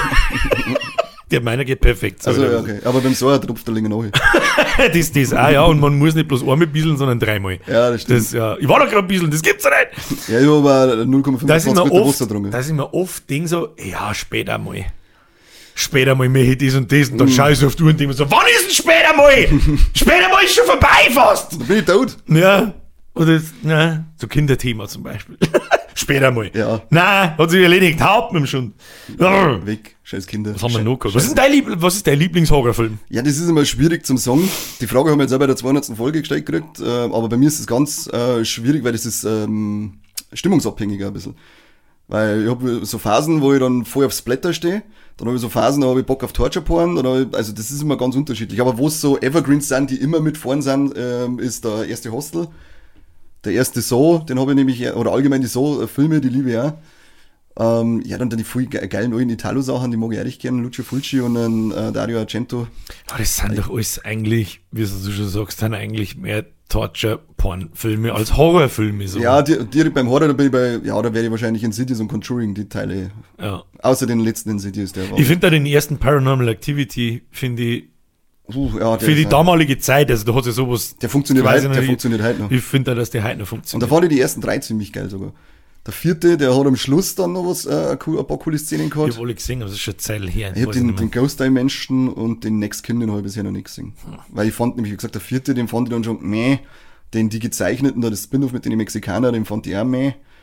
der meiner geht perfekt. So also, ja, okay. Aber beim Sauer tropft der länger nach. das, das auch, ja. Und man muss nicht bloß einmal bisseln, sondern dreimal. Ja, das stimmt. Das, ja. Ich war doch gerade bisseln, das gibt's ja nicht. Ja, ich habe aber null Komma fünfundzwanzig Liter Wasser getrunken. Da ist mir oft Ding so, ja, später mal. Später mal möchte ich das und das und dann mm. schaue ich so auf die Uhr und denke mir so, wann ist denn später mal? Später mal ist schon vorbei fast. Da bin ich tot. Ja. Oder, na, so Kinderthema zum Beispiel. Später mal. Ja. Nein, hat sich erledigt. Hauptmann schon. Weg, scheiß Kinder. Was haben wir noch gehabt? Was ist dein, Lieb- was ist dein Lieblingshorrorfilm? Ja, das ist immer schwierig zum Sagen. Die Frage haben wir jetzt auch bei der zweihundertsten Folge gestellt gekriegt, äh, aber bei mir ist es ganz äh, schwierig, weil das ist ähm, stimmungsabhängiger ein bisschen. Weil ich habe so Phasen, wo ich dann voll aufs Blätter stehe, dann habe ich so Phasen, da habe ich Bock auf Torture-Porn, dann ich, also das ist immer ganz unterschiedlich. Aber wo es so Evergreens sind, die immer mit vorn sind, ähm, ist der erste Hostel. Der erste So, den habe ich nämlich, oder allgemein die So-Filme, die liebe ich auch. Ähm, ja, dann, dann die voll geilen neuen Italo-Sachen, die mag ich ehrlich gerne, Lucio Fulci und dann äh, Dario Argento. Aber das sind doch alles eigentlich, wie du schon sagst, sind eigentlich mehr Torture-Porn-Filme als Horrorfilme. So. Ja, direkt beim Horror, da bin ich bei, ja, da werde ich wahrscheinlich Insidious und Conjuring die Teile. Ja. Außer den letzten Insidious, der war. Ich finde da den ersten Paranormal Activity, finde ich, Uh, ja, für die damalige Zeit, also da hat ja sowas. Der funktioniert heute, der funktioniert heute noch. Ich finde da, dass der heute noch funktioniert. Und da fand ich die ersten drei ziemlich geil sogar. Der vierte, der hat am Schluss dann noch was, äh, ein paar coole Szenen gehabt. Ich habe alle gesehen, aber das ist schon eine Zeit her. Ich habe den, den Ghost Dimension und den Next Kin, den habe ich bisher noch nicht gesehen. Hm. Weil ich fand nämlich, wie gesagt, der vierte, den fand ich dann schon meh. Den die gezeichneten, da das Spin-off mit den Mexikanern, den fand ich auch meh.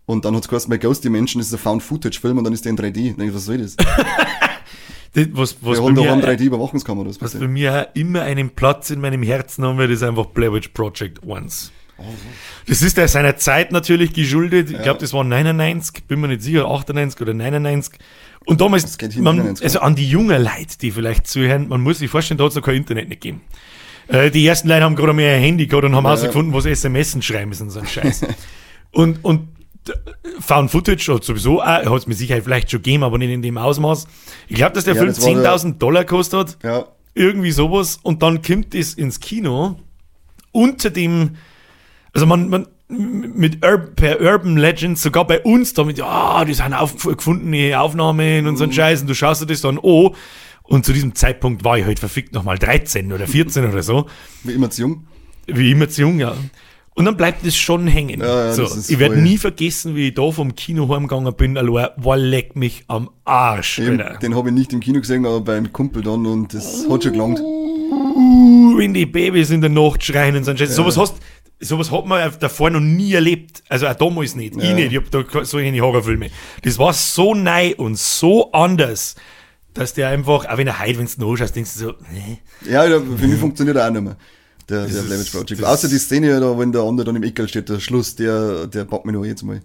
Und dann hat es geheißen, bei Ghost Dimension ist es ein Found-Footage-Film und dann ist der in drei D. Dann denk ich, was soll das? das was, was Wir bei haben da mir, eine drei D-Überwachungskamera. Was was bei mir auch immer einen Platz in meinem Herzen haben wird, ist einfach Blair Witch Project eins. Oh. Das ist ja seiner Zeit natürlich geschuldet. Ich Ja. glaube, das war neunundneunzig, bin mir nicht sicher, achtundneunzig oder neunundneunzig. Und damals, Das geht hin, man, neunundneunzig, also an die jungen Leute, die vielleicht zuhören, man muss sich vorstellen, da hat es noch kein Internet nicht gegeben. Äh, die ersten Leute haben gerade mehr ein Handy gehabt und haben Ja. herausgefunden, was S M S schreiben ist und so ein Scheiß. und, und Found Footage hat sowieso auch, hat es mit Sicherheit vielleicht schon gegeben, aber nicht in dem Ausmaß. Ich glaube, dass der Ja, Film das war der- zehntausend Dollar kostet hat. Ja. Irgendwie sowas. Und dann kommt es ins Kino unter dem, also man, man mit Ur- per Urban Legends, sogar bei uns damit, ja, die sind auf, gefundene Aufnahmen und so ein Scheiß, und du schaust dir das dann an. Und zu diesem Zeitpunkt war ich halt verfickt nochmal dreizehn oder vierzehn oder so. Wie immer zu jung. Wie immer zu jung, ja. Und dann bleibt es schon hängen. Ja, ja, so, das ist ich werde voll- nie vergessen, wie ich da vom Kino heimgegangen bin, allein, war leck mich am Arsch, Eben, Alter. den habe ich nicht im Kino gesehen, aber beim Kumpel dann und das hat schon gelangt. Uh, wenn die Babys in der Nacht schreien und so ein Scheiß. Sowas hast, sowas hat man davor noch nie erlebt. Also auch damals nicht. Ich Ja. nicht. Ich hab da so eine Horrorfilme. Das war so neu und so anders, dass der einfach, auch wenn er heute, wenn du noch anschaust, denkst du so, nee. Ja, ja, für mich funktioniert er auch nicht mehr. Der, der ist- Blair Witch Project. das- Außer die Szene, da, wenn der andere dann im Eckel steht, der Schluss, der, der packt mich noch jetzt mal.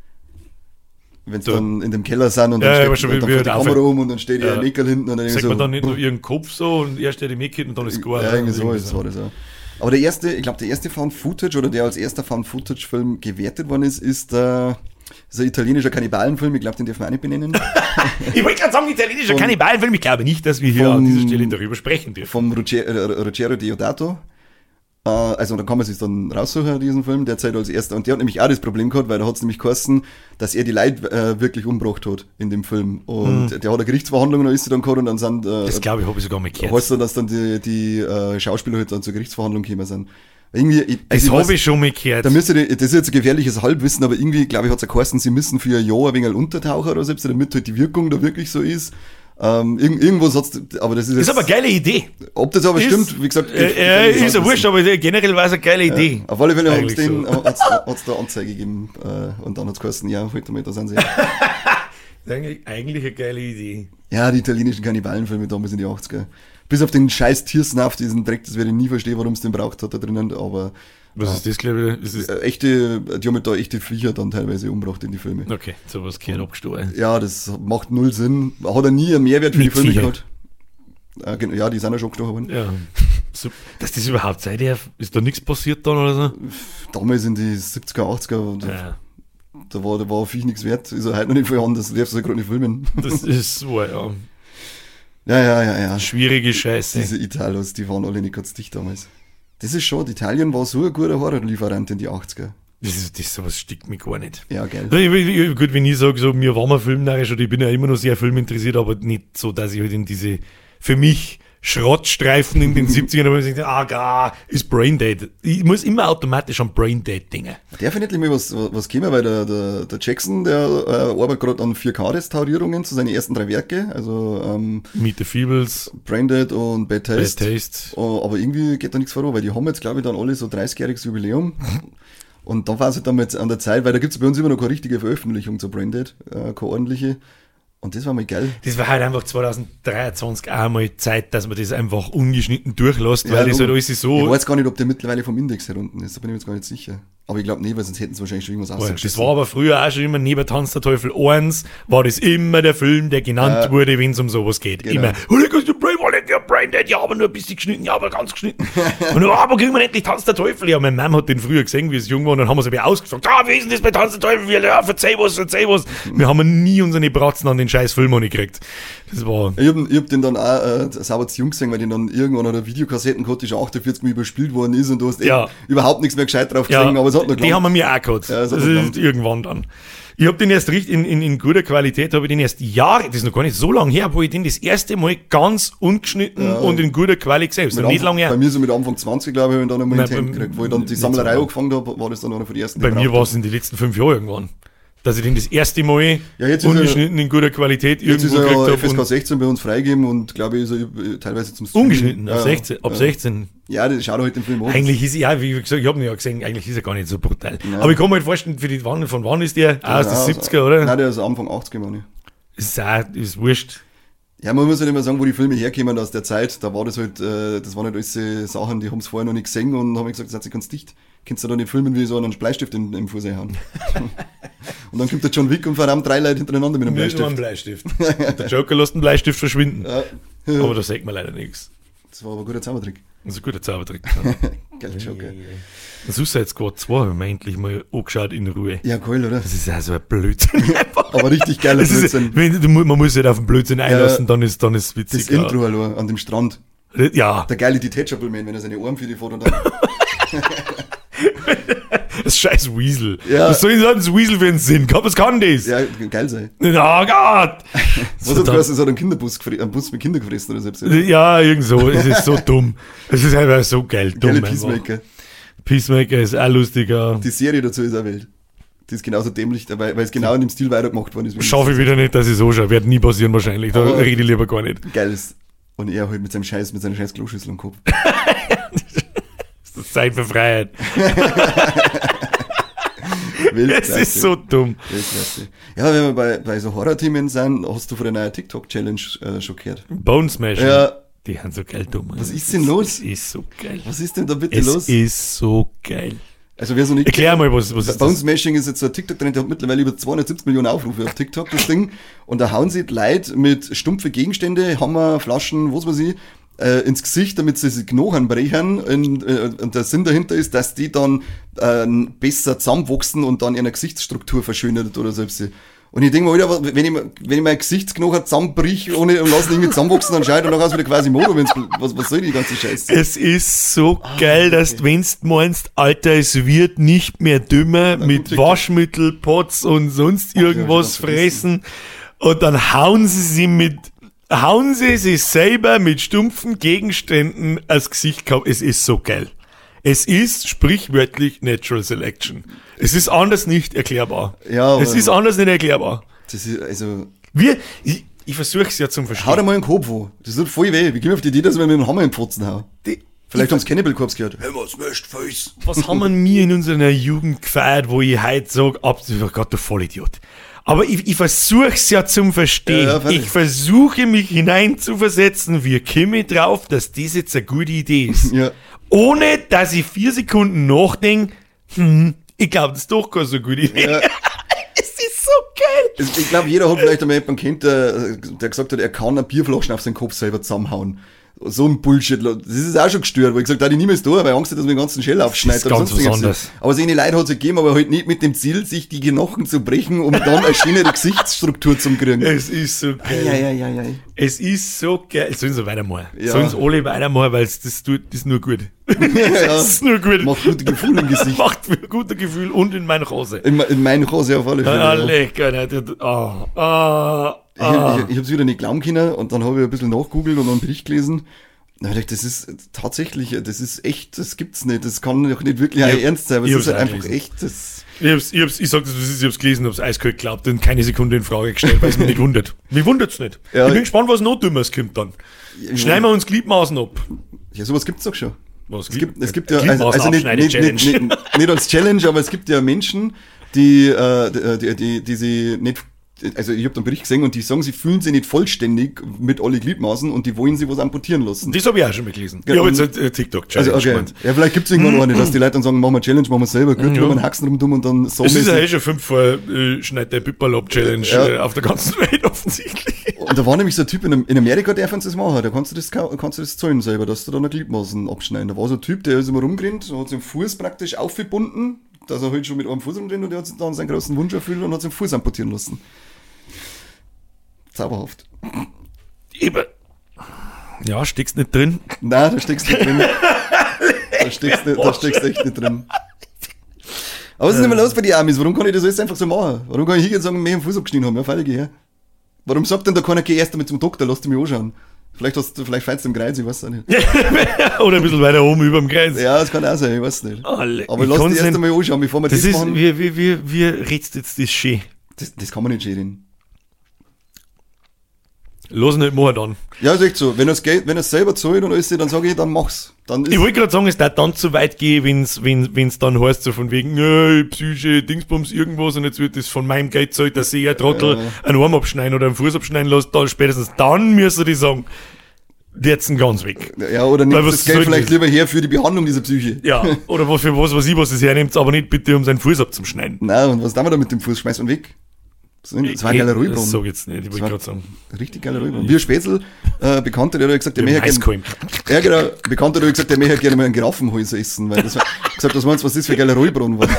Wenn sie Da- dann in dem Keller sind und Ja, dann ja, steht aber schon, dann wie- fährt wie die er Kamera auf- um und dann steht er Ja. im Eckel hinten und dann Sagt so, man dann nicht nur ihren Kopf so und er steht im Eck und dann ist gut. Ja, irgendwie so, Irgendwie das war das auch. Aber der erste, ich glaube, der erste Found-Footage oder der als erster Found-Footage-Film gewertet worden ist, ist der, ist ein italienischer Kannibalenfilm. Ich glaube, den dürfen wir auch nicht benennen. Ich wollte gerade sagen, italienischer Von- Kannibalenfilm. Ich glaube nicht, dass wir hier von- an dieser Stelle darüber sprechen dürfen. Vom Ruggero, äh, Ruggero Deodato. Äh, also da kann man sich dann raussuchen, diesen Film, der Zeit als erster. Und der hat nämlich auch das Problem gehabt, weil da hat es nämlich geheißen, dass er die Leute äh, wirklich umgebracht hat in dem Film. Und der hat eine Gerichtsverhandlung, da ist sie dann gehabt und dann sind, äh, Das glaube ich, habe ich sogar mal gehört. heißt dann, dass dann die, die äh, Schauspieler halt dann zur Gerichtsverhandlung gekommen sind. Irgendwie, ich, Das also ich habe weiß- ich schon mal gehört. Da müsste die, das ist jetzt ein gefährliches Halbwissen, aber irgendwie, glaube ich, hat es ja geheißen, sie müssen für ein Jahr ein wenig untertauchen oder selbst, damit halt die Wirkung da wirklich so ist. Ähm, irgend, irgendwo hat's, aber das ist ist jetzt, aber eine geile Idee. ob das aber Ist- stimmt, wie gesagt, Äh, äh, gefährliches ist ja Halbwissen. wurscht, aber generell war es eine geile Idee. Auf alle Fälle hat es Eigentlich den, so. hat's, hat's da Anzeige gegeben, äh, und dann hat es geheißen, ja, heute mal, da sind sie. Eigentlich, eigentlich eine geile Idee. Ja, die italienischen Kannibalenfilme damals in die achtziger. Bis auf den scheiß Tiersnuff, diesen Dreck, das werde ich nie verstehen, warum es den braucht hat da drinnen, aber Was ist das, glaube ich? Das ist, äh, echte, die haben halt da echte Viecher dann teilweise umgebracht in die Filme. okay, sowas gehört abgestohlen. Ja, das macht null Sinn. Hat er nie einen Mehrwert für Mit die Filme Viecher. gehabt. Äh, gen- ja, die sind ja schon gestochen worden. Ja. So, dass das überhaupt sein darf, ist da nichts passiert dann oder so? Damals in die siebziger, achtziger, da, Ja, da war, da war viel nichts wert. Ist ja heute noch nicht viel anders. Du darfst ja gerade nicht filmen. das ist so, ja. Ja, ja, ja, ja. Schwierige Scheiße. Diese Italos, die waren alle nicht ganz dicht damals. Das ist schon, Italien war so ein guter Horrorlieferant in die achtziger. Das, ist, das sowas stickt mich gar nicht. Ja, geil. Ich, ich, ich, gut, wenn ich sage, so, mir war mal filmnarrisch oder ich bin ja immer noch sehr filminteressiert, aber nicht so, dass ich halt in diese, für mich, Schrottstreifen in den siebzigern, wo ich denke, ah, gar, ist Braindead. Ich muss immer automatisch an Braindead denken. Darf ich nicht mal was, was käme, weil der, der, der Jackson, der äh, arbeitet gerade an vier K-Restaurierungen zu seinen ersten drei Werke, also ähm, Meet the Feebles, Branded und Bad Bad Taste. Taste. Oh, aber irgendwie geht da nichts voran, weil die haben jetzt, glaube ich, dann alle so dreißigjähriges Jubiläum. Und da war es halt dann jetzt an der Zeit, weil da gibt es bei uns immer noch keine richtige Veröffentlichung zu Branded, äh, keine ordentliche. Und das war mal geil. Das war halt einfach zwanzig dreiundzwanzig auch mal Zeit, dass man das einfach ungeschnitten durchlässt, weil Ja, das du- halt alles Ich so. weiß gar nicht, ob der mittlerweile vom Index her unten ist, da bin ich mir jetzt gar nicht sicher. Aber ich glaube nicht, weil sonst hätten sie wahrscheinlich schon irgendwas Das ausgeschissen. war aber früher auch schon immer, neben Tanz der Teufel eins, war das immer der Film, der genannt Ja. wurde, wenn es um sowas geht. Genau. Immer, oh, da kannst du Brain, oh, ja, Braindead, ja, aber nur ein bisschen geschnitten, ja, aber ganz geschnitten. Und dann, oh, aber kriegen wir endlich Tanz der Teufel? Ja, meine Mom hat den früher gesehen, wie es jung war, und dann haben wir es aber ausgefragt, ah, wie ist denn das bei Tanz der Teufel? Ja, verzeih was, verzeih was. Wir haben nie unsere Bratzen an den scheiß Film gekriegt. Das war, Ich hab, ich hab den dann auch äh, sauber zu jung gesehen, weil den dann irgendwann an der Videokassetten gehabt, die schon achtundvierzig Mal überspielt worden ist und du hast eh Ja. überhaupt nichts mehr gescheit drauf ja, gesehen, aber es hat noch die haben wir mir auch gehabt. Ja, es hat das noch ist gelangt. irgendwann dann. Ich habe den erst richtig in, in, in guter Qualität, habe ich den erst Jahre, das ist noch gar nicht so lange her, wo ich den das erste Mal ganz ungeschnitten Ja. und in guter Qualität gesehen habe. Ist Mit noch nicht Anfang- lange Bei her. mir so mit Anfang zwanzig, glaube ich, habe ich dann einmal Nein, in die Hände bei- gekriegt. Wo ich dann die nicht Sammlerei so. angefangen habe, war das dann einer von den ersten. Bei die mir ich war brauchte. es in den letzten fünf Jahren irgendwann. dass ich den das erste Mal Ja, jetzt ist ungeschnitten in guter Qualität Jetzt ist irgendwo er gekriegt ja habe. F S K und sechzehn bei uns freigegeben und glaube ich, ist er äh, teilweise zum Streamen. Ungeschnitten, ab Ja, sechzehn. Ab ja. sechzehn. Ja, das schaut halt den Film an. Eigentlich ist ja, wie gesagt, ich habe ihn ja gesehen, eigentlich ist er gar nicht so brutal. Nein. Aber ich kann mir halt vorstellen, für die wann, von wann ist der? Ah, aus den Ja, siebziger, oder? Nein, der ist Anfang achtziger, meine ich. Ist auch, ist wurscht. Ja, man muss halt immer sagen, wo die Filme herkommen aus der Zeit. Da war das halt, äh, das waren halt alles so Sachen, die haben es vorher noch nicht gesehen und haben gesagt, seid ihr ganz dicht. Kannst du da nicht filmen, wie so einen Bleistift in, im Fuß haben. Und dann kommt der John Wick und verdammt drei Leute hintereinander mit einem Nicht nur Bleistift. ein Bleistift. Der Joker lässt den Bleistift verschwinden. Ja. Aber da sagt man leider nichts. Das war aber ein guter Zaubertrick. Das ist ein guter Zaubertrick. Geiler Joker. Suicide Squad zwei haben wir endlich mal angeschaut in Ruhe. Ja, cool, oder? Das ist ja so ein Blödsinn. Aber richtig geiler Das ist, Blödsinn. wenn, du, mu- man muss sich halt auf den Blödsinn einlassen, dann ist dann ist witzig. Das Intro allein an dem Strand. Ja, Der geile Detachable Man, wenn er seine Arme für die fährt und dann. das scheiß Weasel. Ja. Was soll ich sagen, das Weasel für einen Sinn? Was kann das? Ja, geil sein. Oh Gott! Was hat das? Es hat einen Kinderbus gefressen, einen Bus mit Kindern gefressen oder selbst. Ja, irgend so. Es ist so dumm. Es ist einfach so geil. Dumm. Geile einfach. Peacemaker. Peacemaker ist auch lustiger. Die Serie dazu ist auch wild. Die ist genauso dämlich, weil, weil es genau in dem Stil weitergemacht worden ist. Schaffe ich wieder nicht, dass ich so schaue. Wird nie passieren wahrscheinlich. Da Aber- rede ich lieber gar nicht. Geiles. Und er halt mit seinem Scheiß, mit seiner scheiß Kloschüssel am Kopf. Das ist Zeit für Freiheit. Weltklasse. Es ist so dumm. Weltklasse. Ja, wenn wir bei, bei so Horror-Themen sind, hast du von der neuen TikTok-Challenge äh, schon gehört? Bone Smashing. Ja. Die haben so geil dumm. Was ist denn los? Es ist so geil. Was ist denn da bitte Es los? ist so geil. Also wer so nicht Erklär mal, was, was ist Bone das? Smashing ist jetzt so ein TikTok-Trend, der hat mittlerweile über zweihundertsiebzig Millionen Aufrufe auf TikTok, das Ding. Und da hauen sie die Leute mit stumpfe Gegenstände, Hammer, Flaschen, was weiß ich, äh, ins Gesicht, damit sie sich Knochen brechen. Und, äh, und der Sinn dahinter ist, dass die dann äh, besser zusammenwachsen und dann ihre Gesichtsstruktur verschönert oder so. Und ich denke mal wieder, wenn ich, wenn ich mein Gesichtsknochen zusammenbrich ohne und lasse ihn irgendwie zusammenwachsen, dann schaut er nachher aus wie der Quasimodo. Wenn's, was, was soll die ganze Scheiße? Es ist so geil, dass du, wenn's du meinst, Alter, es wird nicht mehr dümmer mit gut, Waschmittel, Pots und sonst irgendwas schon ganz fressen. Und dann hauen sie sie mit, hauen sie sich selber mit stumpfen Gegenständen als Gesicht kaputt. Es ist so geil. Es ist sprichwörtlich Natural Selection. Es ist anders nicht erklärbar. Ja, es aber- ist anders nicht erklärbar. Das ist, also, Wir, ich, ich versuche es ja zum hau dir Verstehen. mal einen Kopf an. Das tut voll weh. Wie gehen wir auf die Idee, dass wir mit dem Hammer in den Pfotzen hauen? Die, Vielleicht haben sie Cannibal Corpse gehört. Hey, was möchtest du, Face? Was haben wir mir in unserer Jugend gefeiert, wo ich heute sage, ab, oh Gott, du Vollidiot. Aber ich, ich versuche es ja zum Verstehen. Ja, ja, freilich. ich versuche mich hineinzuversetzen. Wie komme ich drauf, dass das jetzt eine gute Idee ist? Ja. Ohne, dass ich vier Sekunden nachdenke, hm, ich glaube, das ist doch keine so gute Idee. Ja. Es ist so geil. Es- Ich glaube, jeder hat vielleicht einmal jemanden kennt, der, der gesagt hat, er kann eine Bierflaschen auf seinen Kopf selber zusammenhauen. So ein Bullshit. Das ist auch schon gestört, weil ich gesagt habe, ich niemals da, weil ich Angst hat, dass mir den ganzen Shell aufschneidet. Das ist ganz was sonstiges. anderes. Aber so eine Leute hat es gegeben, aber halt nicht mit dem Ziel, sich die Knochen zu brechen, um dann eine schönere Gesichtsstruktur zu kriegen. Es ist so geil. Ja, ja, ja, ja. Es ist so geil. Sollen sie weitermachen? Ja. Sollen sie alle weitermachen, weil es das tut, das ist nur gut. ja. Das ist nur gut. Macht gute Gefühle im Gesicht. Macht für gute Gefühl und in meiner Hose. In, in meinen Hose auf alle Fälle. Ah, ja. lecker. ne, das- Ah, ah, Ich, ah. ich, ich habe es wieder nicht glauben können und dann habe ich ein bisschen nachgoogelt und einen Bericht gelesen. Da hab ich gedacht, das ist tatsächlich, das ist echt, das gibt's nicht. Das kann doch nicht wirklich Ja, ein Ernst sein, aber ich es ist hab's halt auch einfach gelesen. echt. Das, Ich hab's, ich hab's, ich sag das, was ist, ich hab's gelesen, hab's eiskalt geglaubt und keine Sekunde in Frage gestellt, weil es mich nicht wundert. Mich wundert's nicht. Ja, ich bin ich- gespannt, was noch Dümmeres kommt dann. Schneiden wir uns Gliedmaßen ab. ja, sowas gibt's doch schon. Was Es gibt, es gibt ja, also, also nicht, nicht, Challenge. nicht, nicht, nicht als Challenge, aber es gibt ja Menschen, die, äh, die, die, die sie nicht, also ich habe den Bericht gesehen und die sagen, sie fühlen sich nicht vollständig mit alle Gliedmaßen und die wollen sie was amputieren lassen. Das habe ich auch schon mal gelesen. Ja, ich habe und- jetzt eine äh, TikTok-Challenge Also, okay. gemeint. Ja, vielleicht gibt's irgendwann eine, dass die Leute dann sagen, machen wir Challenge, machen wir selber, gut, Ja. wir haben einen Haxen rum und dann so Es ist ja mäßig. eh schon fünf vor äh, Schneid der Pipperl ab Challenge Ja. äh, auf der ganzen Welt offensichtlich. Und da war nämlich so ein Typ, in, in Amerika darf man das machen, da kannst du das, kau- kannst du das zahlen selber, dass du dann eine Gliedmaßen abschneiden. Da war so ein Typ, der ist immer rumgerannt, hat seinen Fuß praktisch aufgebunden, dass er halt schon mit einem Fuß rumrennt und der hat sich dann seinen großen Wunsch erfüllt und hat seinen Fuß amputieren lassen. Zauberhaft. Eben. Ja, steckst nicht drin. Nein, da steckst du nicht drin. Da steckst du da steckst du echt nicht drin. Aber was ist denn immer los bei den Amis? Warum kann ich das alles einfach so machen? Warum kann ich hingehen und sagen, mir einen Fuß abgeschnitten haben? Ja, freilich, geh her. Warum sagt denn da keiner, geh erst einmal zum Doktor, lass dich mich anschauen? Vielleicht hast du, vielleicht feinst du im Kreis, ich weiß auch nicht. Oder ein bisschen weiter oben über dem Kreis. Ja, das kann auch sein, ich weiß nicht. Alle. Aber Ich lass kann's dich erst nicht- einmal anschauen, bevor wir das, Das ist, machen. wie, wie, wie, wie redst du jetzt das schön? Das, das kann man nicht schön reden. Los nicht machen dann. Ja, ist echt so. Wenn er es wenn er's selber zahlt und alles, dann sage ich, dann mach's. Dann Ich wollte gerade sagen, es darf dann zu weit gehen, wenn's, wenn, wenn's dann heißt, so von wegen, ja, Psyche, Dingsbums, irgendwas, und jetzt wird das von meinem Geld zahlt, dass ich ein Trottel Ja. einen Arm abschneiden oder einen Fuß abschneiden lässt, dann spätestens dann müssen die sagen, die jetzt ganz weg. Ja, oder Weil nimmt was das Geld soll vielleicht das? lieber her für die Behandlung dieser Psyche. Ja, oder was für was weiß ich, was es hernimmt, aber nicht bitte, um seinen Fuß abzuschneiden. Nein, und was tun wir da mit dem Fuß? Schmeißt man weg. So, das war ein geiler Das Ruhebrunnen. sag ich jetzt nicht, ich Das wollte war gerade sagen. richtig geiler Ruhebrunnen. Wir Spätzl, äh, Bekannter, der hat gesagt, der Mit möchte Maiskolben. gerne, ja genau, Bekannter, der hat gesagt, der möchte gerne mal einen Giraffenhals essen, weil das war, gesagt, was meinst du, was das für ein geiler Ruhebrunnen war?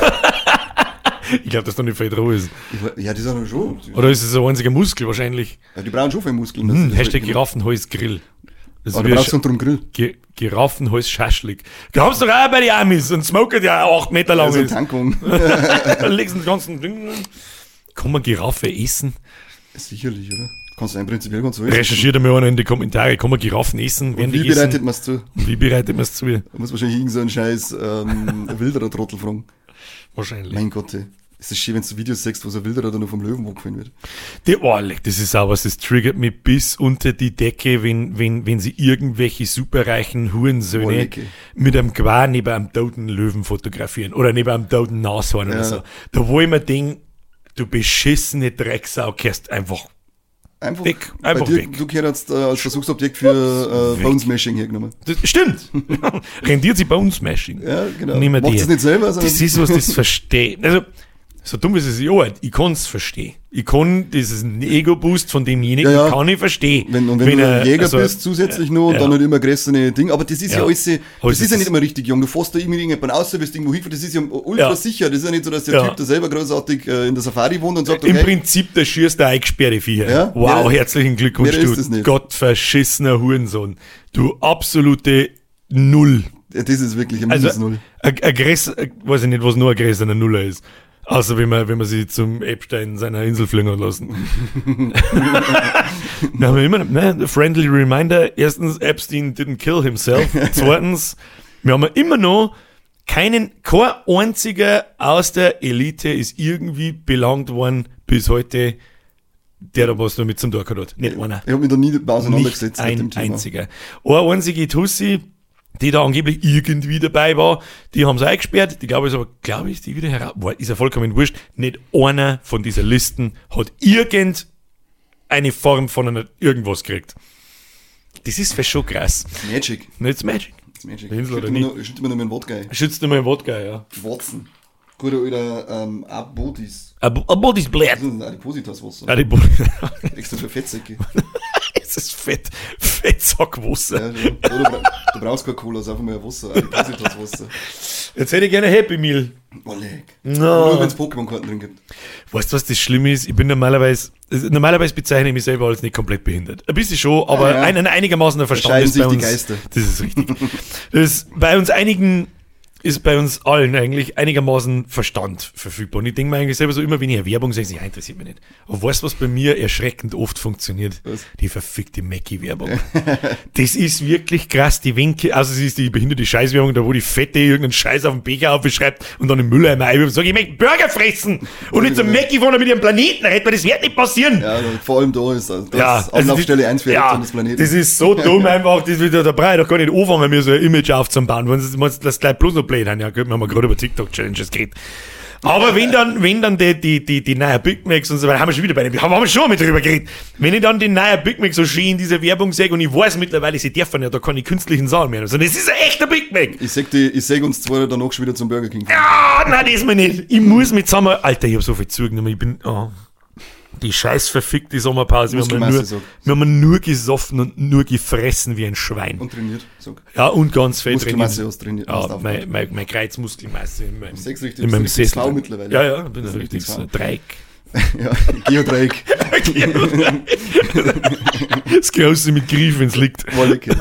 Ich glaube, dass da nicht viel drauf ist. Ich war- Ja, die sind ja schon, Oder ist es ein einziger Muskel wahrscheinlich? ja, die brauchen schon viel Muskeln. Hm, das- Hashtag das- Giraffenhals-Grill. Das ist Aber wie du ein brauchst unter dem Grill. Ge Giraffenhals-Schaschlik. Glaubst du doch auch bei den Amis und smoket ja acht Meter lang Also ein ist. Tankung. Da legst du den ganzen Ding. Kann man Giraffe essen? Sicherlich, oder? Kannst du im Prinzip ganz so essen. Recherchiert einmal einer in die Kommentare. Kann man Giraffen essen? Und Werden wie die bereitet essen? man es zu? Wie bereitet man es zu? Da muss wahrscheinlich irgend so ein scheiß ähm, wilderer Trottel fragen. Wahrscheinlich. Mein Gott, ey. Ist das schön, wenn du Videos siehst, wo so ein Wilderer dann noch vom Löwen weggefahren wird. Die, oh, leck, das ist auch was, das triggert mich bis unter die Decke, wenn, wenn, wenn sie irgendwelche superreichen Hurensöhne Wollecke. mit einem Quar neben einem toten Löwen fotografieren oder neben einem toten Nashorn oder Ja. so. Da wo ich mir denke, du beschissene Drecksau, kehrst einfach Einfach Weg, Bei einfach dir, weg. Du gehörst äh, als Versuchsobjekt für äh, Weg. Bone Smashing hergenommen. Das stimmt. Rendiert sich Bone Smashing. Ja, genau. Nicht mehr Macht die. es nicht selber, sondern Das ist was, das verstehe. Also, so dumm wie es ist, ja, ich kann es verstehen. Ich kann diesen Ego-Boost von demjenigen, Ja, ja. kann ich verstehen. wenn, und wenn, du er- ein Jäger also, bist, zusätzlich noch, und ja. dann halt immer größere Ding. Aber das ist ja, Ja. alles, das Aber ist das ja ist- nicht immer richtig jung. Du fährst da irgendwie irgendjemand aus, du wirst irgendwo hinfahren, das ist ja ultra Ja. sicher. Das ist ja nicht so, dass der Ja. Typ da selber großartig äh, in der Safari wohnt und sagt, Im okay, Prinzip der schierste eingesperrte Viecher. Ja? Wow, Mehr- herzlichen Glückwunsch, mehr ist du es nicht. gottverschissener Hurensohn. Du absolute Null. das ist wirklich ein Also, Minus Null. ein Aggress, weiß ich nicht, was nur aggressioner Nuller ist. Außer wenn man, wenn man sie zum Epstein seiner Insel flingern lassen. Wir haben immer, ne, friendly reminder. Erstens, Epstein didn't kill himself. Zweitens, wir haben immer noch keinen, kein einziger aus der Elite ist irgendwie belangt worden bis heute, der da was damit zum Tag hat. Nicht einer. Ich habe mich da nie auseinandergesetzt Nicht mit dem ein Thema. einziger. Eine einzige Tussi, die da angeblich irgendwie dabei war, die haben sie eingesperrt, die glaube ich aber, glaube ich, die wieder heraus, war, ist ja vollkommen wurscht, nicht einer von dieser Listen hat irgendeine Form von einer irgendwas gekriegt. Das ist fast schon krass. Magic. Nicht Magic. Das ist Magic. Pinsel oder Schüttet mir nicht? noch- Schüttet mir noch meinen Wodka ein. Schützt du mal Wodka, ja. Watson. Guter alter ähm, Abotis. A body's blöd. Das ist ein Adipositaswasser. Ja, die Bo Extra für Fettsäcke. es ist fett, Fettsackwasser. Ja, schon. du, bra du brauchst keine Cola, ist einfach mal ein Wasser. Adipositaswasser. Jetzt hätte ich gerne Happy Meal. Oh, leck. No. Nur wenn es Pokémon-Karten drin gibt. Weißt du, was das Schlimme ist? Ich bin normalerweise, also normalerweise bezeichne ich mich selber als nicht komplett behindert. Ein bisschen schon, aber Ja, ja. ein, ein einigermaßen ein Verstand Scheiden ist bei sich die uns. Geister. Das ist richtig. Das ist bei uns einigen, ist bei uns allen eigentlich einigermaßen Verstand verfügbar. Und ich denke mir eigentlich selber so immer, wenn ich eine Werbung sehe, ja, interessiert mich nicht. Aber weißt du, was bei mir erschreckend oft funktioniert? Was? Die verfickte Mackie-Werbung. Das ist wirklich krass. Die Winke, also es ist die behinderte Scheißwerbung, da wo die Fette irgendeinen Scheiß auf den Becher aufschreibt und dann im Mülleimer einwirft und sagt, ich möchte Burger fressen und nicht zum Mackie fahren und mit ihrem Planeten retten, weil das wird nicht passieren. Ja, vor allem da ist das. Das Ja, ist Anlaufstelle das- eins für ja, Rettung des Planeten. Das ist so dumm einfach, das wieder, da brauche ich doch gar nicht anfangen, mir so ein Image aufzubauen. Wenn das, das gleich bloß noch blöd haben, ja, wir haben ja gerade über TikTok-Challenges geredet. Aber wenn dann, wenn dann die, die, die, die neuen Big Macs und so weiter, haben wir schon wieder bei dem, haben wir schon mit drüber geredet. Wenn ich dann den neuen Big Mac so schön in dieser Werbung sehe und ich weiß mittlerweile, sie dürfen ja da keine künstlichen Sachen mehr, sondern es ist ein echter Big Mac. Ich sag, die, ich sag uns zwei danach schon wieder zum Burger King fahren. Ah, nein, das ist mir nicht. Ich muss mit Sommer, Alter, ich hab so viel zugenommen, ich bin, oh. Die scheiß verfickte Sommerpause. Wir haben, nur, Muskelmasse, sag. wir haben nur gesoffen und nur gefressen wie ein Schwein. Und trainiert. Sag. Ja, und ganz fett Muskelmasse trainiert. hast trainiert. hast Ja, aufgebaut. mein, mein, mein Kreuzmuskelmasse in meinem, Sechs richtig- in meinem das ist richtig Sessel. V mittlerweile. Ja, ja, ich bin Das ein ist richtig richtiges V. Dreieck. Ja, Geodreieck. Das Große mit Griff, wenn es liegt. Wollecke.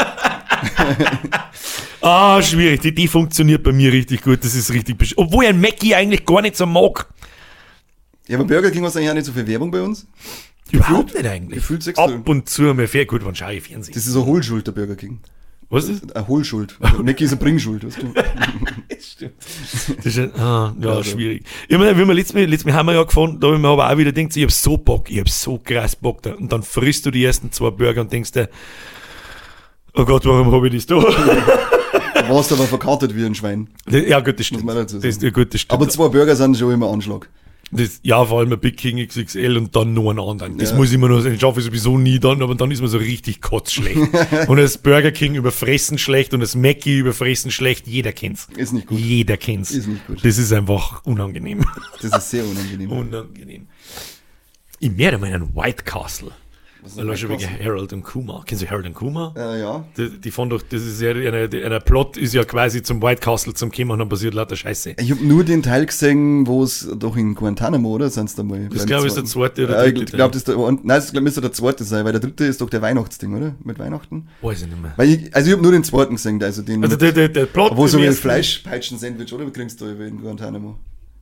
Ah, schwierig. Die, die funktioniert bei mir richtig gut. Das ist richtig besch- obwohl ich ein Mackie eigentlich gar nicht so mag. Ja, aber Burger King war eigentlich auch nicht so viel Werbung bei uns. Überhaupt nicht eigentlich. Gefühlt sechs Stunden. Ab und zu mir fair gut, wann schaue ich Fernsehen? Das ist eine Hohlschuld, der Burger King. Was ist? Eine Hohlschuld. Also Mackie ist eine Bringschuld, weißt du? Stimmt. Das ist ein, ah, ja, ja, schwierig. Ich meine, wie wir letztes Mal, letztes Mal haben wir ja gefunden, da habe ich mir aber auch wieder gedacht, ich hab so Bock, ich hab so krass Bock da. Und dann frisst du die ersten zwei Burger und denkst dir, oh Gott, warum habe ich das da? Du warst aber verkartet wie ein Schwein. Ja, gut, das stimmt. Muss man dazu sagen. Das, ja, gut, das stimmt. Aber zwei Burger sind schon immer Anschlag. Das, ja, vor allem ein Big King X X L und dann noch einen anderen. Das Ja. muss ich immer noch, das schaffe ich sowieso nie dann, aber dann ist man so richtig kotzschlecht. Und das Burger King überfressen schlecht und das Mackie überfressen schlecht, jeder kennt's. Ist nicht gut. Jeder kennt's. Ist nicht gut. Das ist einfach unangenehm. Das ist sehr unangenehm. Unangenehm. Ich werde mal einen White Castle. Was ist Weil ein du schon White wegen Castle? Harold und Kumar. Kennst du Harold und Kumar? Äh, ja. Die, die fanden doch, das ist ja eine, eine Plot ist ja quasi zum White Castle zum Kommen und dann passiert lauter Scheiße. Ich habe nur den Teil gesehen, wo es doch in Guantanamo, oder? Sind's da mal? Das glaube ich ist der zweite oder Ja, ich dritte. glaube, das ist der, nein, das glaub, müsste der zweite sein, weil der dritte ist doch der Weihnachtsding, oder? Mit Weihnachten? Weiß ich nicht mehr. Weil ich, also ich habe nur den zweiten gesehen, also den, Also der, der, der Plot wo so im ein ersten- Fleischpeitschen-Sandwich, oder? Wie kriegst du da in Guantanamo?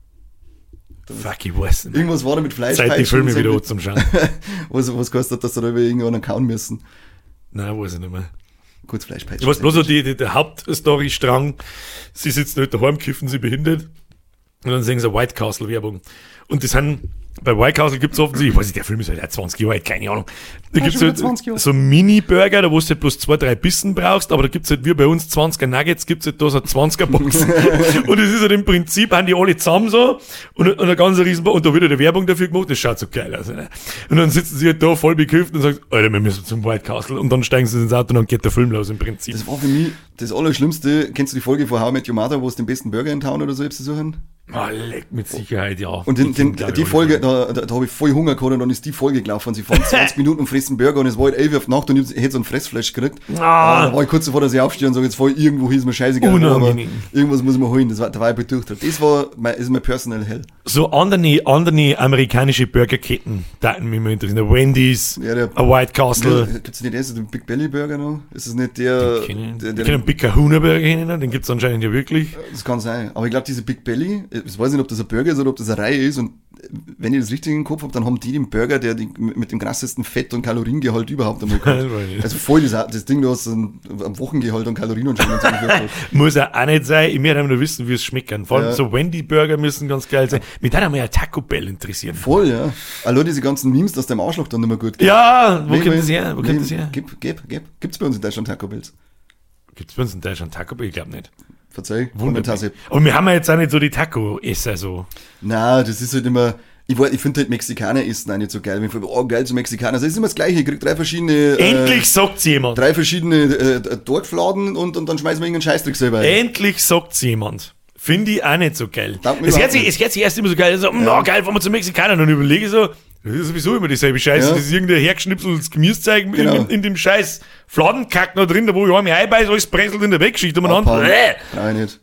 Fuck, ich weiß nicht. Irgendwas war da mit Zeit die Fleischpeitschen. Filme wieder an zum Schauen. was, was kostet, dass da über irgendwann kauen müssen? Nein, weiß ich nicht mehr. Kurz Fleischpeitschen. Ich weiß bloß so, die, die, der Hauptstory-Strang, sie sitzen halt daheim, kiffen sie behindert und dann sehen sie White Castle-Werbung. Und das sind, bei White Castle gibt es offensichtlich, ich weiß nicht, der Film ist halt auch zwanzig Jahre alt, keine Ahnung. Da gibt es schon halt wieder zwanzig Jahre. so Mini-Burger, da wo du halt bloß zwei, drei Bissen brauchst, aber da gibt es halt wie bei uns zwanziger Nuggets, gibt es halt da so zwanziger Boxen. Und es ist halt im Prinzip, haben die alle zusammen so und, und eine ganze riesen, und da wird halt eine Werbung dafür gemacht, das schaut so geil aus. Ne? Und dann sitzen sie halt da voll bekifft und sagen, Alter, wir müssen zum White Castle. Und dann steigen sie ins Auto und dann geht der Film los im Prinzip. Das war für mich das Allerschlimmste. Kennst du die Folge von How I Met Your Mother, wo es den besten Burger in Town oder so zu suchen? Ah, leck, mit Sicherheit, ja. Und den, den, die Folge, da, da, da habe ich voll Hunger gehabt und dann ist die Folge gelaufen. Sie fahren zwanzig Minuten und fressen Burger und es war halt elf Uhr auf die Nacht und ich hätte so ein Fressfleisch gekriegt. Ah. Da war ich kurz davor, dass ich aufstehe und sage, jetzt fahr ich irgendwo hin, ist mir scheißegal. Unangenehm. Aber irgendwas muss ich mir holen. Das war, da war ich bedurcht. Das war mein, ist mein Personal Hell. So andere, andere amerikanische Burgerketten, da hätten mich mal interessiert. Der Wendy's, Ja, der- a White Castle. Gibt es nicht erst den Big Belly Burger noch? Ist es nicht der, Kennen, der, ich der, kenne einen Big Kahuna Burger kennen, den gibt's anscheinend ja wirklich. das kann sein. Aber ich glaube, diese Big Belly, ich weiß nicht, ob das ein Burger ist oder ob das eine Reihe ist. Und wenn ich das richtig im Kopf habe, dann haben die den Burger, der die, mit dem krassesten Fett- und Kaloriengehalt überhaupt einmal gehabt. Also voll das, das Ding, du hast ein, ein Wochengehalt an Kalorien und schon. Muss ja auch nicht sein. Ich möchte nur wissen, wie es schmeckt. Vor allem Ja. so Wendy-Burger müssen ganz geil sein. Mich würde mal ja Taco Bell interessieren. Voll, ja. Allein diese ganzen Memes, dass dem Arschloch dann nicht mehr gut geht. Ja, wo Wem- kommt das her? Wo wem- kommt das her? Gib, gib, gib. Gibt's bei uns in Deutschland Taco Bells? Gibt's bei uns in Deutschland Taco Bell? Ich glaube nicht. Verzeih, Wundert Kommentar. mich. Aber wir haben ja jetzt auch nicht so die Taco-Esser so. Na, das ist halt immer. Ich, war- ich finde halt Mexikaner essen auch nicht so geil. Ich find, oh, geil, so Mexikaner. Das ist immer das Gleiche. Ich krieg drei verschiedene. Endlich Äh, sagt's jemand. drei verschiedene äh, Dortfladen und, und dann schmeißen wir irgendeinen Scheißdreck selber ein. Endlich sagt's jemand. Finde ich auch nicht so geil. Taugt mir Es hört, überhaupt sich, nicht. es hört sich erst immer so geil. So, ja. geil, fahren wir zu Mexikanern. Und überlege ich so, das ist sowieso immer dieselbe Scheiße. Ja. Das ist irgendein hergeschnipseltes Gemüsezeug Genau. in, in dem scheiß Fladenkack noch drin, da wo ich einmal einbeiß, alles brenzelt in der Wegschicht umeinander. Abhauen. Bäh. Brauch ich nicht.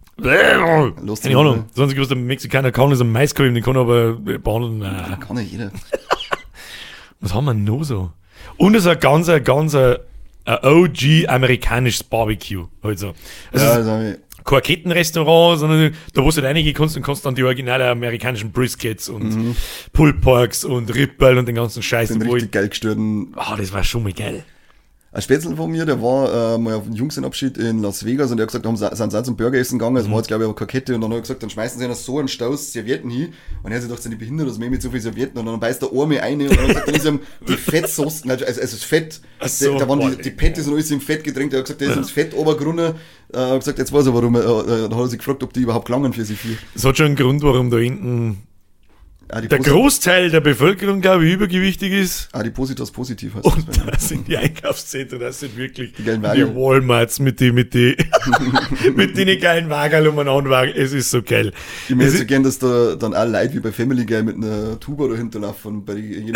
Bäh. Los, Keine Ahnung. Das Einzige, was der Mexikaner kann, ist ein Maiskolben, den kann er aber behandeln. Nein. Kann ja jeder. Was haben wir noch so? Und es ist ein ganz, ein ganz ein O G amerikanisches Barbecue. Also, also Ja, das hab ich. kein Kettenrestaurant, sondern da wo du halt reingehen kannst und kannst dann die originalen amerikanischen Briskets und mhm. Pulled Porks und Rippel und den ganzen Scheiß. Den wo ich- richtig geil gestörten. Ah, das war schon mal geil. Ein Spätzle von mir, der war äh, mal auf einem Jungsenabschied in Las Vegas und der hat gesagt, da haben sie, sind sie auch zum Burger essen gegangen, es war jetzt glaube ich aber keine Kette und dann hat er gesagt, dann schmeißen sie einer so einen Staus Servietten hin und er hat sich gedacht, sind die behindert, dass wir mit so viel Servietten und dann beißt der Arme eine und dann hat er gesagt, dann ist ihm die Fettsoßen, also, also das Fett, Ach so, da, da waren boah, die, die Patties und alles im Fett gedrängt, er hat gesagt, der ist ins Fett runtergerunnen, äh, hat gesagt, jetzt weiß er warum, äh, äh, dann hat er sich gefragt, ob die überhaupt gelangen für sich viel. Das hat schon einen Grund, warum da hinten Ah, die der Posi- Großteil der Bevölkerung, glaube ich, übergewichtig ist. Adipositas positiv heißt Und das. bei mir. das sind die Einkaufszentren, das sind wirklich Die geilen die Wagen. Walmarts mit die, mit die, mit den geilen Wagen umeinander wagen. Es ist so geil. Ich möchte Es so ist- gern, dass da dann auch Leute wie bei Family Guy mit einer Tuba dahinter laufen und bei jedem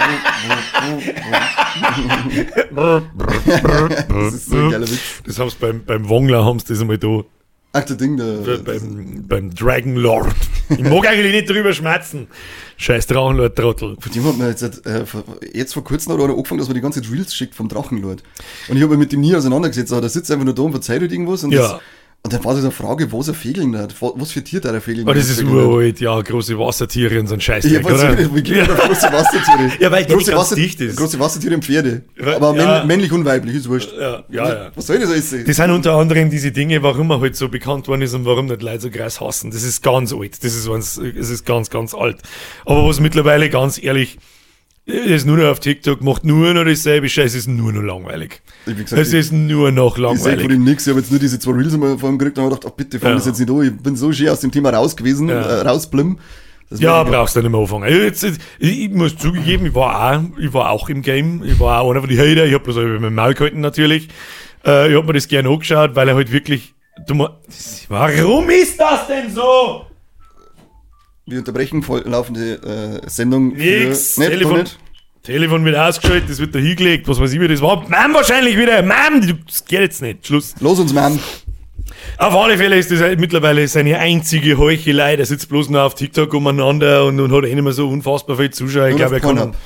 Das ist so ein geiler Witz. Das haben sie beim, beim Wongler, haben sie das einmal da. Ach, der Ding, der. Be- beim, beim Dragon Lord. Ich mag eigentlich nicht drüber schmerzen. Scheiß Drachenlord Trottel. Von dem hat man jetzt, äh, vor- jetzt vor kurzem hat er angefangen, dass man die ganze Reels schickt vom Drachenlord. Und ich habe mich mit dem nie auseinandergesetzt, aber der sitzt einfach nur da und verzeiht halt irgendwas. Und Ja. das, Und dann war so eine Frage, was er fegeln hat. Was für Tier da er fegeln hat. Oh, das ist uralt, ja, große Wassertiere und so ein Scheiß. Ja, was oder? Wie geht auf große Wassertiere? Ja, weil große, Wasser, dicht ist. große Wassertiere und Pferde. Ja, aber ja. männ, männlich und weiblich, ist wurscht. Ja, ja, ja. Was soll das alles sein? Das sind unter anderem diese Dinge, warum er halt so bekannt worden ist und warum nicht Leute so krass hassen. Das ist ganz alt. Das ist, ganz, das ist ganz, ganz alt. Aber was mittlerweile, ganz ehrlich, das ist nur noch auf TikTok, macht nur noch dasselbe Scheiß, ist nur noch langweilig. Wie gesagt, es ist nur noch langweilig. Ich sehe von ihm nichts, ich habe jetzt nur diese zwei Reels mal von ihm gekriegt und habe gedacht, oh, bitte fang ja. das jetzt nicht an, ich bin so schön aus dem Thema raus gewesen, ja. äh, rausblimmen. Ja, brauchst du nicht mehr anfangen. Jetzt, jetzt, ich, ich muss zugegeben, ich war auch, ich war auch im Game, ich war auch einer von den Hater, ich habe bloß mit dem Maul gehalten natürlich. Äh, ich habe mir das gerne angeschaut, weil er halt wirklich, du mal, warum ist das denn so? Wir unterbrechen voll laufende äh, Sendung. Nix, für, Telefon, nicht. Telefon wird ausgeschaltet, das wird da hingelegt, was weiß ich, wie das war. Mann, wahrscheinlich wieder, Mann, das geht jetzt nicht, Schluss. Los uns, Mann. Auf alle Fälle ist das halt mittlerweile seine einzige Heuchelei, der sitzt bloß noch auf TikTok umeinander und, und hat eh nicht mehr so unfassbar viel Zuschauer. Ich glaube, er kann dann,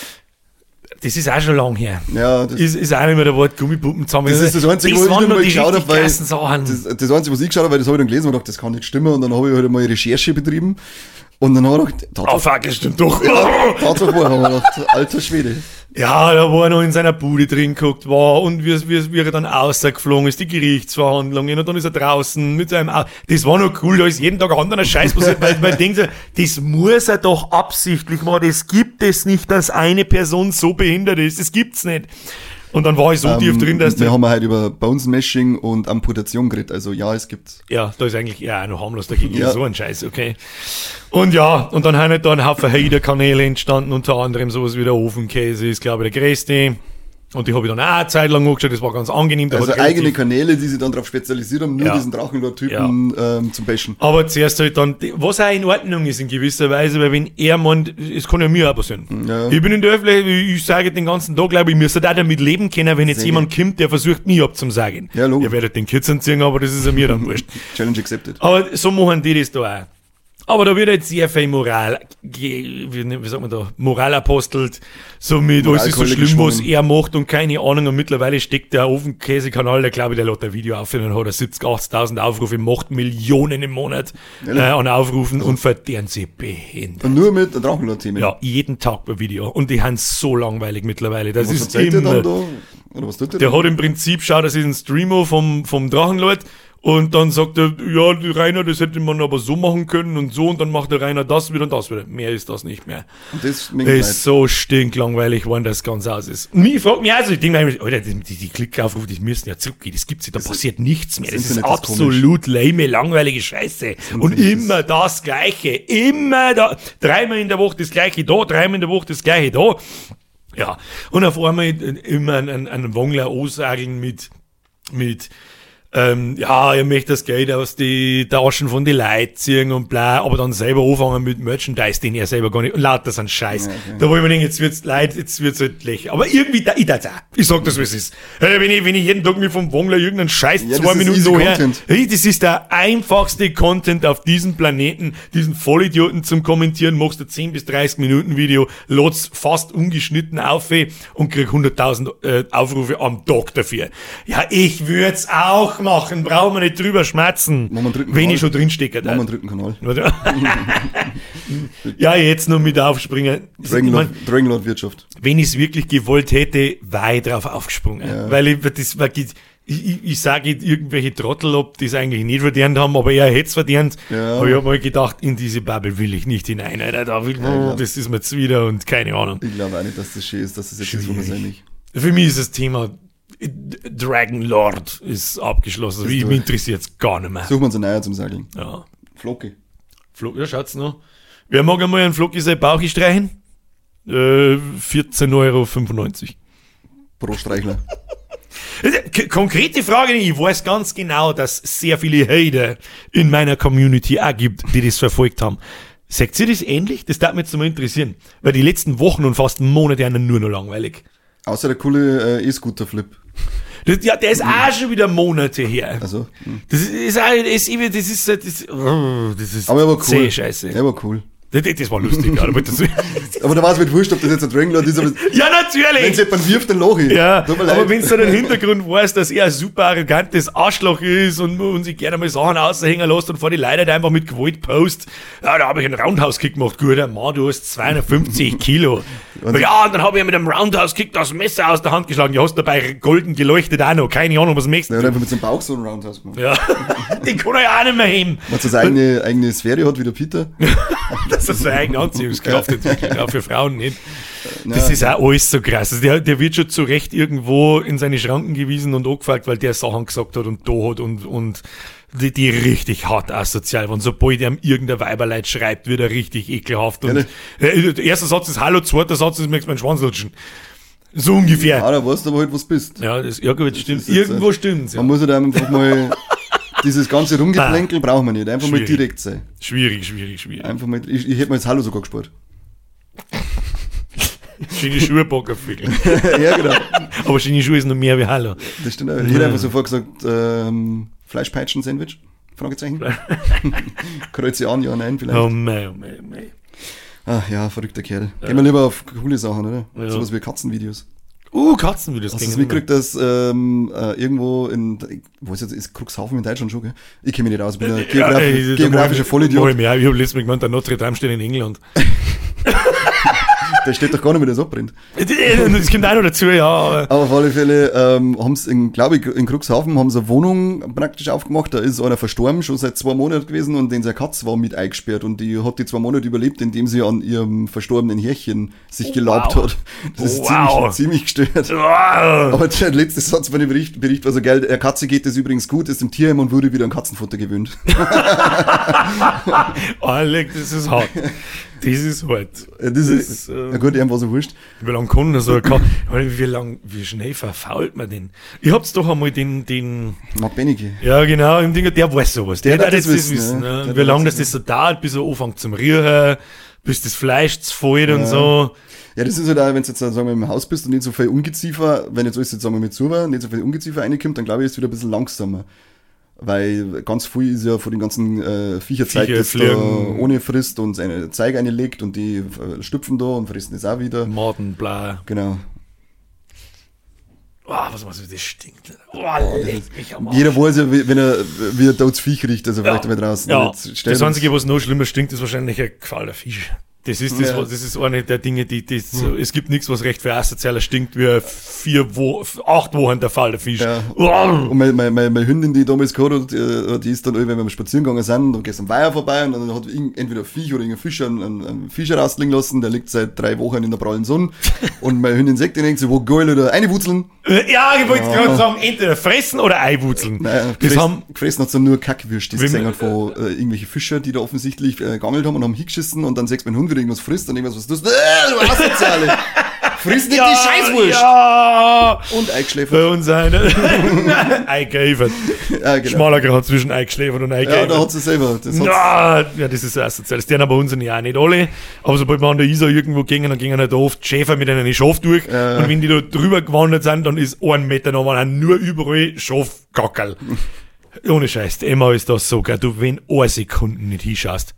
das ist auch schon lang her. Ja, das ist, ist auch nicht mehr der Wort Gummipuppen zusammen. Das ist das Einzige, das was ich mal geschaut habe, weil, das, das, das Einzige, was ich geschaut habe, weil das habe ich dann gelesen und gedacht, das kann nicht stimmen und dann habe ich halt mal Recherche betrieben. Und dann habe ich gedacht, oh fuck, das stimmt doch. Ja, Tatsache war, haben wir gedacht, alter Schwede. Ja, da wo er noch in seiner Bude drin geguckt war und wie, wie, wie er dann rausgeflogen ist, die Gerichtsverhandlungen und dann ist er draußen mit seinem Au- das war noch cool, da ist jeden Tag ein anderer Scheiß passiert, weil man denkt, das muss er doch absichtlich machen, das gibt es nicht, dass eine Person so behindert ist, das gibt's nicht. Und dann war ich so ähm, tief drin, dass... Wir haben halt über Bones-Mashing und Amputation geredet, also ja, es gibt's. Ja, da ist eigentlich eher auch noch harmlos dagegen, ja. So ein Scheiß, okay. Und ja, und dann haben halt da ein Haufen Hater-Kanäle entstanden, unter anderem sowas wie der Ofenkäse ist, glaube ich, der größte. Und die habe ich dann auch eine Zeit lang angeschaut, das war ganz angenehm. Da also eigene Kanäle, die sich dann darauf spezialisiert haben, nur ja. diesen Drachenlord-Typen ja. ähm, zum Bashen. Aber zuerst halt dann, was auch in Ordnung ist in gewisser Weise, weil wenn er meint, es kann ja mir auch passieren. Ja. Ich bin in der Öffentlichkeit, ich sage den ganzen Tag, glaube ich, müsste da damit leben können, wenn jetzt Sehr jemand kommt, der versucht, mich abzusagen. Ja, logisch. Ihr werdet den Kids anziehen, aber das ist ja mir dann wurscht. Challenge accepted. Aber so machen die das da auch. Aber da wird jetzt sehr viel Moral, wie, wie sagt man da, Moral apostelt, so mit, alles ist so schlimm, was er macht und keine Ahnung. Und mittlerweile steckt der Ofenkäse-Kanal, der glaube ich, der lädt ein Video auf und dann hat er siebzig, achtzigtausend Aufrufe, macht Millionen im Monat äh, an Aufrufen und verdient sie behindert. Und nur mit Drachenlord-Themen? Ja, jeden Tag ein Video. Und die haben so langweilig mittlerweile. Das was ist immer, der dann da? Oder was tut der? Der dann? hat im Prinzip, schaut, das ist ein Streamer vom, vom Drachenlord. Und dann sagt er, ja, Rainer, das hätte man aber so machen können und so, und dann macht der Rainer das wieder und das wieder. Mehr ist das nicht mehr. Und das ist so stinklangweilig, wann das ganz aus ist. Und ich frage mich also, ich denke mir, Alter, die, die, die Klickaufrufe, die müssen ja zurückgehen, das gibt's nicht, da das passiert ist, nichts mehr. Das, das ist, ist absolut lame, langweilige Scheiße. Und immer das Gleiche, immer da, dreimal in der Woche das Gleiche da, dreimal in der Woche das Gleiche da. Ja, und auf einmal immer einen, einen Wongler aussagen mit, mit, Ähm, ja, ihr möchtet das Geld aus die Taschen von die Leuten ziehen und bla, aber dann selber anfangen mit Merchandise, den ihr selber gar nicht, und lauter so ein Scheiß. Ja, okay. Da wo ich mir denke, jetzt wird's leid, jetzt wird's halt lächerlich. Aber irgendwie, da, ich dachte auch, ich sag das, wie es ist. Wenn ich, wenn ich jeden Tag mir vom Wongler irgendeinen Scheiß ja, zwei Minuten so her, hey, das ist der einfachste Content auf diesem Planeten, diesen Vollidioten zum Kommentieren, machst du zehn bis dreißig Minuten Video, lad's fast ungeschnitten auf und krieg hunderttausend äh, Aufrufe am Tag dafür. Ja, ich würd's auch machen, brauchen wir nicht drüber schmerzen, wenn ich schon drin stecke. Machen wir einen dritten Kanal. Ja, jetzt noch mit aufspringen. Dragonlord-Wirtschaft. Wenn ich es wirklich gewollt hätte, war ich drauf aufgesprungen. Ja. Weil ich, das war, ich, ich, ich sage irgendwelche Trottel, ob die es eigentlich nicht verdient haben, aber er hätte es verdient. Ja. Aber ich habe mal gedacht, in diese Bubble will ich nicht hinein. Alter, da will, ja, oh, das ist mir jetzt wieder und keine Ahnung. Ich glaube auch nicht, dass das schön ist, dass das jetzt ist, wo man sein nicht. Für mich ist das Thema Dragonlord ist abgeschlossen. Mich interessiert es gar nicht mehr. Suchen wir uns einen Eier zum Sagen. Ja. Flocki. Flo- ja, schaut's noch. Wer mag einmal einen Flocki sein Bauch streichen? Äh, vierzehn Euro fünfundneunzig. Pro Streichler. K- konkrete Frage, ich weiß ganz genau, dass es sehr viele Hater in meiner Community auch gibt, die das verfolgt haben. Sagt ihr das ähnlich? Das darf mich jetzt mal interessieren. Weil die letzten Wochen und fast Monate sind nur noch langweilig. Außer der coole äh, E-Scooter-Flip. Das, ja, der ist mhm. auch schon wieder Monate her. Also, mhm. das ist, ist, das ist, das ist, das ist, oh, das ist aber er war cool. Scheiße. Er war cool. Das, das war lustig. Aber, das, aber da war es mit wurscht, ob das jetzt ein Dranglord ist. Aber ja, natürlich. Wenn es jemand wirft, dann lach ich. Ja, aber wenn du den Hintergrund weißt, dass er ein super arrogantes Arschloch ist und, und sich gerne mal Sachen aushängen lässt und vor die Leute einfach mit Gewalt post, ja, da habe ich einen Roundhouse-Kick gemacht. Guter Mann, du hast zweihundertfünfzig Kilo. Und ja, und dann habe ich mit einem Roundhouse-Kick das Messer aus der Hand geschlagen. Du hast dabei golden geleuchtet auch noch. Keine Ahnung, was möchtest du. Ja, oder einfach mit seinem Bauch so einen Roundhouse gemacht. Ja, den kann er ja auch nicht mehr heben. Wenn er seine eigene, eigene Sphäre hat, wie der Peter. Dass er seine eigene Anziehungskraft entwickelt, auch für Frauen nicht. Das ist auch alles so krass. Also der, der wird schon zu Recht irgendwo in seine Schranken gewiesen und angefragt, weil der Sachen gesagt hat und da hat und, und die, die richtig hart asozial waren. Sobald er ihm irgendein Weiberleid schreibt, wird er richtig ekelhaft. Und ja, der erste Satz ist Hallo, zweiter Satz ist, möchtest du meinen Schwanz lutschen. So ungefähr. Ja, da weißt du aber halt, was du bist. Ja, das, ja gut, stimmt. Irgendwo stimmt's. Ja. Man muss halt einfach mal... Dieses ganze Rumgeplänkel brauchen wir nicht. Einfach schwierig. Mal direkt sein. Schwierig, schwierig, schwierig. Einfach mal, ich, ich hätte mir jetzt Hallo sogar gespart. Schöne Schuhe packen. Ja, genau. Aber schöne Schuhe ist noch mehr wie Hallo. Das stimmt auch. Ich hätte einfach sofort gesagt, ähm, Fleischpeitschen-Sandwich? Fragezeichen. Kreuze an, ja, nein, vielleicht. Oh mei, oh mei, oh mei. Ach ja, verrückter Kerl. Ja. Gehen wir lieber auf coole Sachen, oder? Ja. Sowas wie Katzenvideos. Uh, Katzenvideos. Hast du das mitgekriegt, dass ähm, äh, irgendwo in, wo ist jetzt, ist Cuxhaven in Deutschland schon, gell? Ich kenne mich nicht aus, ich bin ein Geograf- ja, ey, geografischer Vollidiot. Ich, ja, ich habe letztes Mal gemeint, der Notre Dame steht in England. Der steht doch gar nicht mehr, das abbrennt. Das kommt auch noch dazu, ja. Aber, aber auf alle Fälle ähm, haben sie, glaube ich, in Cuxhaven haben sie eine Wohnung praktisch aufgemacht. Da ist einer verstorben, schon seit zwei Monaten gewesen und den seine Katze war mit eingesperrt und die hat die zwei Monate überlebt, indem sie an ihrem verstorbenen Härchen sich gelabt wow. hat. Das ist wow. ziemlich, ziemlich gestört. Wow. Aber der letzte Satz von dem Bericht, Bericht war so geil. Der Katze geht es übrigens gut, ist im Tierheim und wurde wieder an Katzenfutter gewöhnt. Alec, das ist hart. Das ist halt. Ja, das, das ist, ist äh, ja gut, irgendwas so wurscht. Wie lange kann das so eine wie lang, wie schnell verfault man den? Ich hab's doch einmal den, den. Mark Benecke. Ja, genau, im Ding, der weiß sowas. Der, der, der das wissen. wissen ja. ne? Wie lange das, das so dauert, bis er anfängt zum Riechen, bis das Fleisch zerfällt ja. und so. Ja, das ist halt auch, wenn du jetzt, sagen wir, im Haus bist und nicht so viel Ungeziefer, wenn jetzt alles jetzt, sagen wir, mit zu war, nicht so viel Ungeziefer reinkommt, dann glaube ich, ist es wieder ein bisschen langsamer. Weil ganz viel ist ja von den ganzen äh, Viecher zeigt, dass da ohne frisst und seine Zeige einlegt und die äh, stüpfen da und fressen das auch wieder. Maden, bla. Genau. Oh, was was das stinkt. Oh, leck mich am Arsch. Jeder weiß ja, wenn er, wie er da das Viech riecht, also vielleicht ja. draußen. Ja. Das Einzige, was noch schlimmer stinkt, ist wahrscheinlich ein gefallener Fisch. Das ist das, ja. was, das ist eine der Dinge, die, das, hm. es gibt nichts, was recht für asozialer stinkt, wie vier Wo- acht Wochen der Fall, der Fisch. Ja. Oh. Und meine, meine, meine Hündin, die damals gehabt hat, die ist dann, wenn wir spazieren gegangen sind, dann gehst du am Weiher vorbei und dann hat entweder ein Viech oder ein Fischer einen, einen Fischer rauslegen lassen, der liegt seit drei Wochen in der prallen Sonne und meine Hündin sagt den so, wo geil oder einwuzeln. Ja, ich wollte ja. gerade sagen, entweder fressen oder einwuzeln. Nein, gefressen, haben, gefressen hat so nur Kackwürst, die gesehen hat von äh, irgendwelche Fischer, die da offensichtlich äh, geangelt haben und haben hingeschissen und dann sagst du, mein Hund wieder irgendwas frisst und irgendwas, was tust du? Äh, du Asoziale! Friss nicht ja, die Scheißwurst! Ja. Und eingeschläfert. Bei uns eine. Eingeäfert. Ja, genau. Schmaler Grad zwischen eingeschläfert und eingeäfert. Ja, da hat sie selber. Das ja, ja, das ist asozial. Das tun bei uns ja auch nicht alle. Aber sobald wir an der Isar irgendwo gingen, dann gingen halt da oft Schäfer mit einem Schaf durch. Ja. Und wenn die da drüber gewandert sind, dann ist ein Meter, da waren nur überall Schafgackerl. Ohne Scheiß. Immer ist das so, gell? Du, wenn eine Sekunde nicht hinschaust.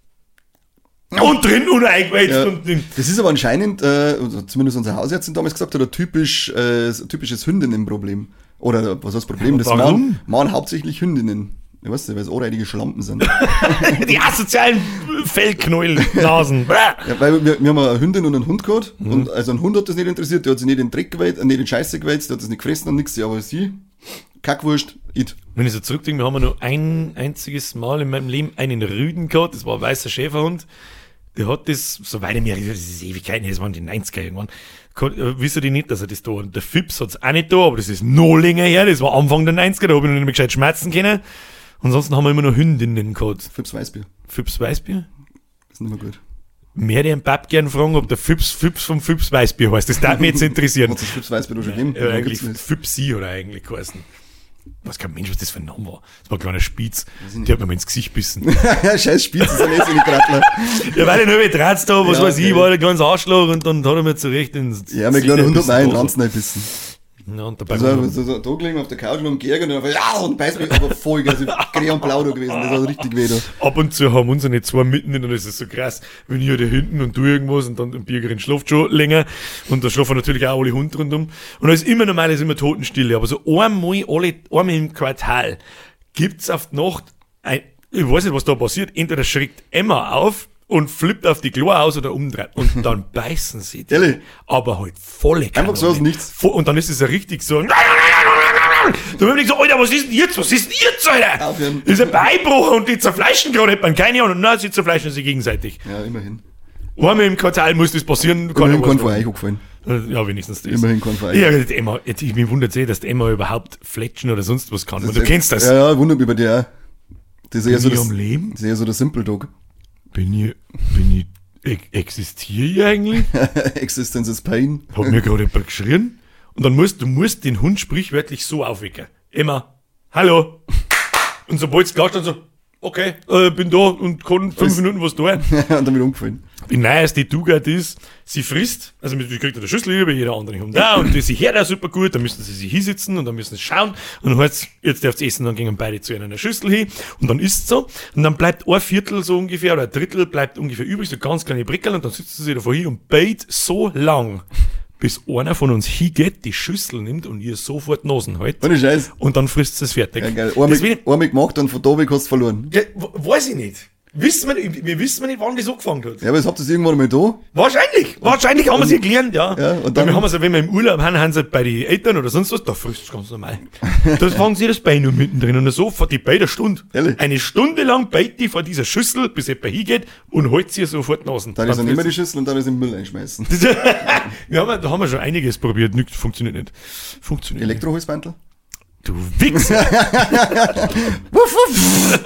Und drin und eingewälzt ja, und Ding. Das ist aber anscheinend, äh, zumindest unser Hausärztin damals gesagt hat, ein typisch, äh, typisches Hündinnenproblem. Oder was heißt das Problem? Das machen, machen hauptsächlich Hündinnen. Ich weiß nicht, weil es anreitige Schlampen sind. Die asozialen Fellknäuel-Nasen. Ja, weil wir, wir haben eine Hündin und einen Hund gehabt. Mhm. Und also ein Hund hat das nicht interessiert, der hat sich nicht in den Dreck gewälzt, äh, nicht in den Scheiße gewälzt, der hat das nicht gefressen und nichts. Aber sie, Kackwurst, it. Wenn ich so zurückdenke, wir haben nur ein einziges Mal in meinem Leben einen Rüden gehabt, das war ein weißer Schäferhund. Der hat das, soweit ich mir erinnere, das ist Ewigkeiten, das waren die neunziger irgendwann. Wisst ihr nicht, dass er das da, der Fips hat's auch nicht da, aber das ist noch länger her, das war Anfang der neunziger, da habe ich noch nicht mehr gescheit schmerzen können. Ansonsten haben wir immer noch Hündinnen gehabt. Fips Weißbier. Fips Weißbier? Ist nicht mehr gut. Mehr den Pap gern fragen, ob der Fips, Fips vom Fips Weißbier heißt. Das darf mich jetzt interessieren. Hat das Fips Weißbier da schon gegeben? Ja, eigentlich Fipsi oder eigentlich geheißen. Was kein Mensch, was das für ein Name war. Das war ein kleiner Spitz. Die hat mir mal ins Gesicht bissen. Ja, scheiß Spitz, das ist ein nicht Grattler. Ja, weil ich nur mit Draht's da, was ja, weiß okay. ich, war der ganz Arschloch und dann hat er mir zurecht ins. Ja, mein kleiner Hund hat mir einen Ranzen einbissen. Ja, und dabei Also, so, so, da gelegen auf der Couch und geärgert und dann ja, und beißt mich aber voll, also grä und blau da gewesen, das war richtig weh da. Ab und zu haben unsere zwei mitten und dann ist es so krass, wenn ich da hinten und du irgendwas und dann der Bürgerin schlaft schon länger und da schlafen natürlich auch alle Hunde rundum und da ist immer normal, ist immer Totenstille, aber so einmal, alle, einmal im Quartal gibt's auf die Nacht ein, ich weiß nicht, was da passiert, entweder schreckt Emma auf und flippt auf die Klo aus oder umdreht. Und dann beißen sie die. Ehrlich? Aber halt volle Kanone. Einfach so aus dem Nichts. Und dann ist es ja richtig so. Da wird ich so, Alter, was ist denn jetzt? Was ist denn jetzt, Alter? Aufhören. Das ist ein Beibruch und die zerfleischen gerade jemanden. Keine Ahnung. Nein, sie zerfleischen sich gegenseitig. Ja, immerhin. Einmal im Quartal muss das passieren. Kann Immerhin ja kein was von machen. euch angefallen. Ja, wenigstens das. Immerhin kein von euch. Ja, die Emma, jetzt, ich mich wundert sehr, dass die Emma überhaupt fletschen oder sonst was kann. Und du kennst das. Ja, ja, wundert mich bei dir auch. Das ist eher Bin so ich das, am Leben? das ist eher so der Simple Dog. Bin ich, bin ich, e- existiere ich eigentlich? Existence is pain. Hat mir gerade jemand geschrien. Und dann musst du musst den Hund sprichwörtlich so aufwecken. Emma, hallo. Und sobald es klar dann so, okay, äh, bin da und kann fünf Minuten was tun. Und damit umgefallen. Die neueste Tugend ist, sie frisst, also die kriegt eine Schüssel über, jeder andere Hund auch, und sie hört auch super gut, dann müssen sie sich hinsitzen und dann müssen sie schauen und dann heißt jetzt darf's essen, dann gehen beide zu einer Schüssel hin und dann isst so und dann bleibt ein Viertel so ungefähr oder ein Drittel bleibt ungefähr übrig, so ganz kleine Brickel und dann sitzt sie davor hin und beit so lang, bis einer von uns hingeht, die Schüssel nimmt und ihr sofort Nasen hält Ohne Scheiß. und dann frisst sie es fertig. Ja, geil. Einmal, Deswegen, einmal gemacht und von da weg hast du verloren. ja, w- weiß ich nicht. Wissen wir nicht, wir wissen nicht, wann das angefangen hat. Ja, aber jetzt habt ihr es irgendwann mal da. Wahrscheinlich, wahrscheinlich haben wir sie gelernt, ja. Ja, und Weil dann- wir haben also, wenn wir im Urlaub haben, haben sie bei den Eltern oder sonst was, da frisst es ganz normal. Da fangen sie das Bein nur mittendrin und so vor die beide Stunden. Ehrlich? Eine Stunde lang beit die vor dieser Schüssel, bis jemand hingeht und holt sie sofort Nasen. Dann ist dann frisst immer die Schüssel und dann ist im Müll einschmeißen. sie- wir haben, da haben wir schon einiges probiert, nichts funktioniert nicht. Funktioniert nicht. Elektroholzbandel? Du Wichser! Wuff, wuff.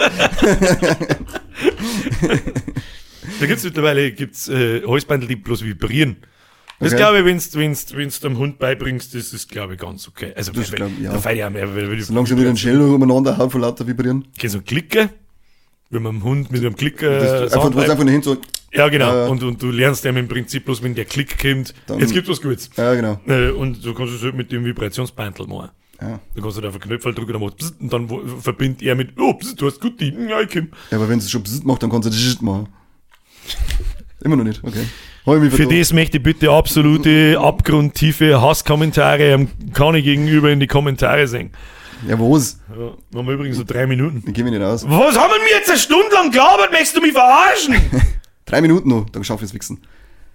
Da gibt's mittlerweile gibt's, äh, Halsbandel, die bloß vibrieren. Das Okay. glaube ich, wenn's, wenn's, wenn's dem Hund beibringst, das ist, glaube ich, ganz okay. Also, Das weil- glaub ich, ja. da fällt ja mehr, weil, weil Solange sie nicht einen Shell umeinander hauen, von lauter vibrieren. Okay, so ein Klicker, wenn man dem Hund mit einem Klicker Das, äh, einfach, Sound du hast bleibt. einfach nicht hin so, Ja, genau. Ja. Und, und du lernst dem im Prinzip bloß, wenn der Klick kommt, Dann- jetzt gibt's was Gutes. ja, genau. Äh, und du kannst es halt mit dem Vibrationsbandel machen. Ja. Du kannst halt auf den Knöpfel drücken, dann macht pssst, und dann wo- verbindet er mit, oh, pssst, du hast gut die, ja, ich komm. Ja, aber wenn es schon Bzzzt macht, dann kannst du das machen. Immer noch nicht, okay. Hab ich mich Für vertan. das möchte ich bitte absolute, abgrundtiefe Hasskommentare am Kani gegenüber in die Kommentare sehen. Ja, was? Ja, wir haben übrigens so drei Minuten. Ich geh mich nicht aus. Was haben wir jetzt eine Stunde lang gelabert? Möchtest du mich verarschen? Drei Minuten noch, dann schaff ich es wichsen.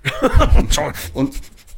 Und,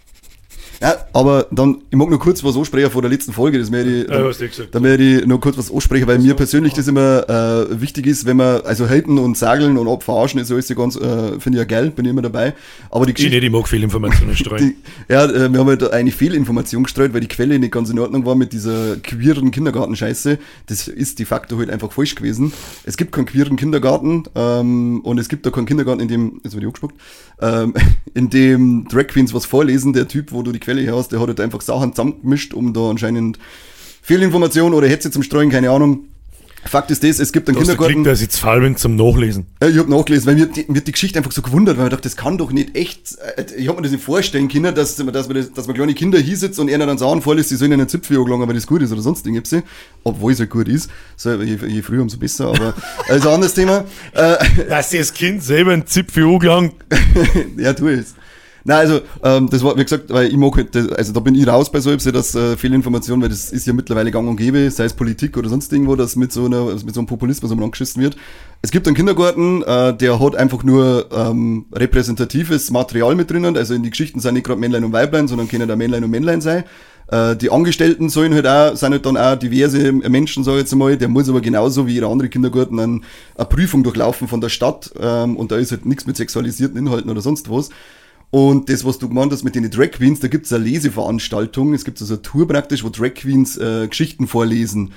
ja, aber dann, ich mag nur kurz was ansprechen von der letzten Folge, das werde ich, Ja, hast du gesagt. dann werde ich noch kurz was ansprechen, weil mir persönlich das immer äh, wichtig ist, wenn man, also haten und sageln und ab verarschen ist alles ganz, äh, finde ich ja geil, bin ich immer dabei. Aber die Ich Geschichte, nicht, ich mag viel Informationen streuen. die, ja, äh, wir haben halt eine Fehlinformation gestreut, weil die Quelle nicht ganz in Ordnung war mit dieser queeren Kindergartenscheiße. Das ist de facto halt einfach falsch gewesen. Es gibt keinen queeren Kindergarten ähm, und es gibt da keinen Kindergarten, in dem, jetzt wird ich angespuckt, ähm, in dem Drag Queens was vorlesen. Der Typ, wo du die Quelle her hast, der hat halt einfach Sachen zusammengemischt, um da anscheinend Fehlinformation oder Hetze zum Streuen, keine Ahnung. Fakt ist das, es gibt einen Du hast Kindergarten. geklickt, dass ich zu faul bin zum Nachlesen. Ja, ich hab nachgelesen, weil mir die, mir die Geschichte einfach so gewundert, weil ich dachte, das kann doch nicht echt, äh, ich hab mir das nicht vorstellen können, dass, dass, man, das, dass man kleine Kinder hier sitzt und einer dann Sachen vorliest, sie sollen einen Zipfel angelangen, weil das gut ist oder sonst Dinge, obwohl es halt gut ist. So, je, je früher umso besser, aber also ein anderes Thema. Äh, Dass das Kind selber einen Zipfel angelangt. ja, tu es. Nein, also, ähm, das war, wie gesagt, weil ich mag halt, das- also da bin ich raus bei so etwas, dass äh, Fehlinformation, weil das ist ja mittlerweile gang und gäbe, sei es Politik oder sonst irgendwo, dass mit so einer, mit so einem Populismus am angeschissen wird. Es gibt einen Kindergarten, äh, der hat einfach nur ähm, repräsentatives Material mit drinnen, also in die Geschichten sind nicht gerade Männlein und Weiblein, sondern können da Männlein und Männlein sein. Äh, die Angestellten sollen halt auch, sind halt dann auch diverse Menschen, sag ich jetzt mal, der muss aber genauso wie jeder andere Kindergarten ein, eine Prüfung durchlaufen von der Stadt, ähm, und da ist halt nichts mit sexualisierten Inhalten oder sonst was. Und das, was du gemeint hast mit den Drag Queens, da gibt's eine Leseveranstaltung, es gibt also eine Tour praktisch, wo Drag Queens äh, Geschichten vorlesen.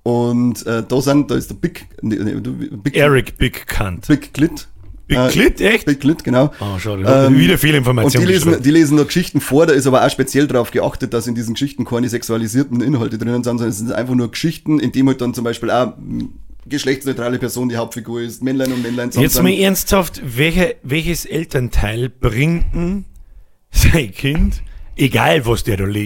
Und äh, da sind, da ist der Big, ne, ne, Big, Eric Big Cunt. Big Clit. Big Äh, Clit, echt? Big Clit, genau. Ah, schade. Ähm, wieder viel Und Information. die lesen, gestreut. die lesen da Geschichten vor, da ist aber auch speziell darauf geachtet, dass in diesen Geschichten keine sexualisierten Inhalte drinnen sind, sondern es sind einfach nur Geschichten, in dem halt dann zum Beispiel auch mh, geschlechtsneutrale Person die Hauptfigur ist, Männlein und Männlein zusammen Jetzt sind. mal ernsthaft, welche, welches Elternteil bringt denn sein Kind, egal was der da liest,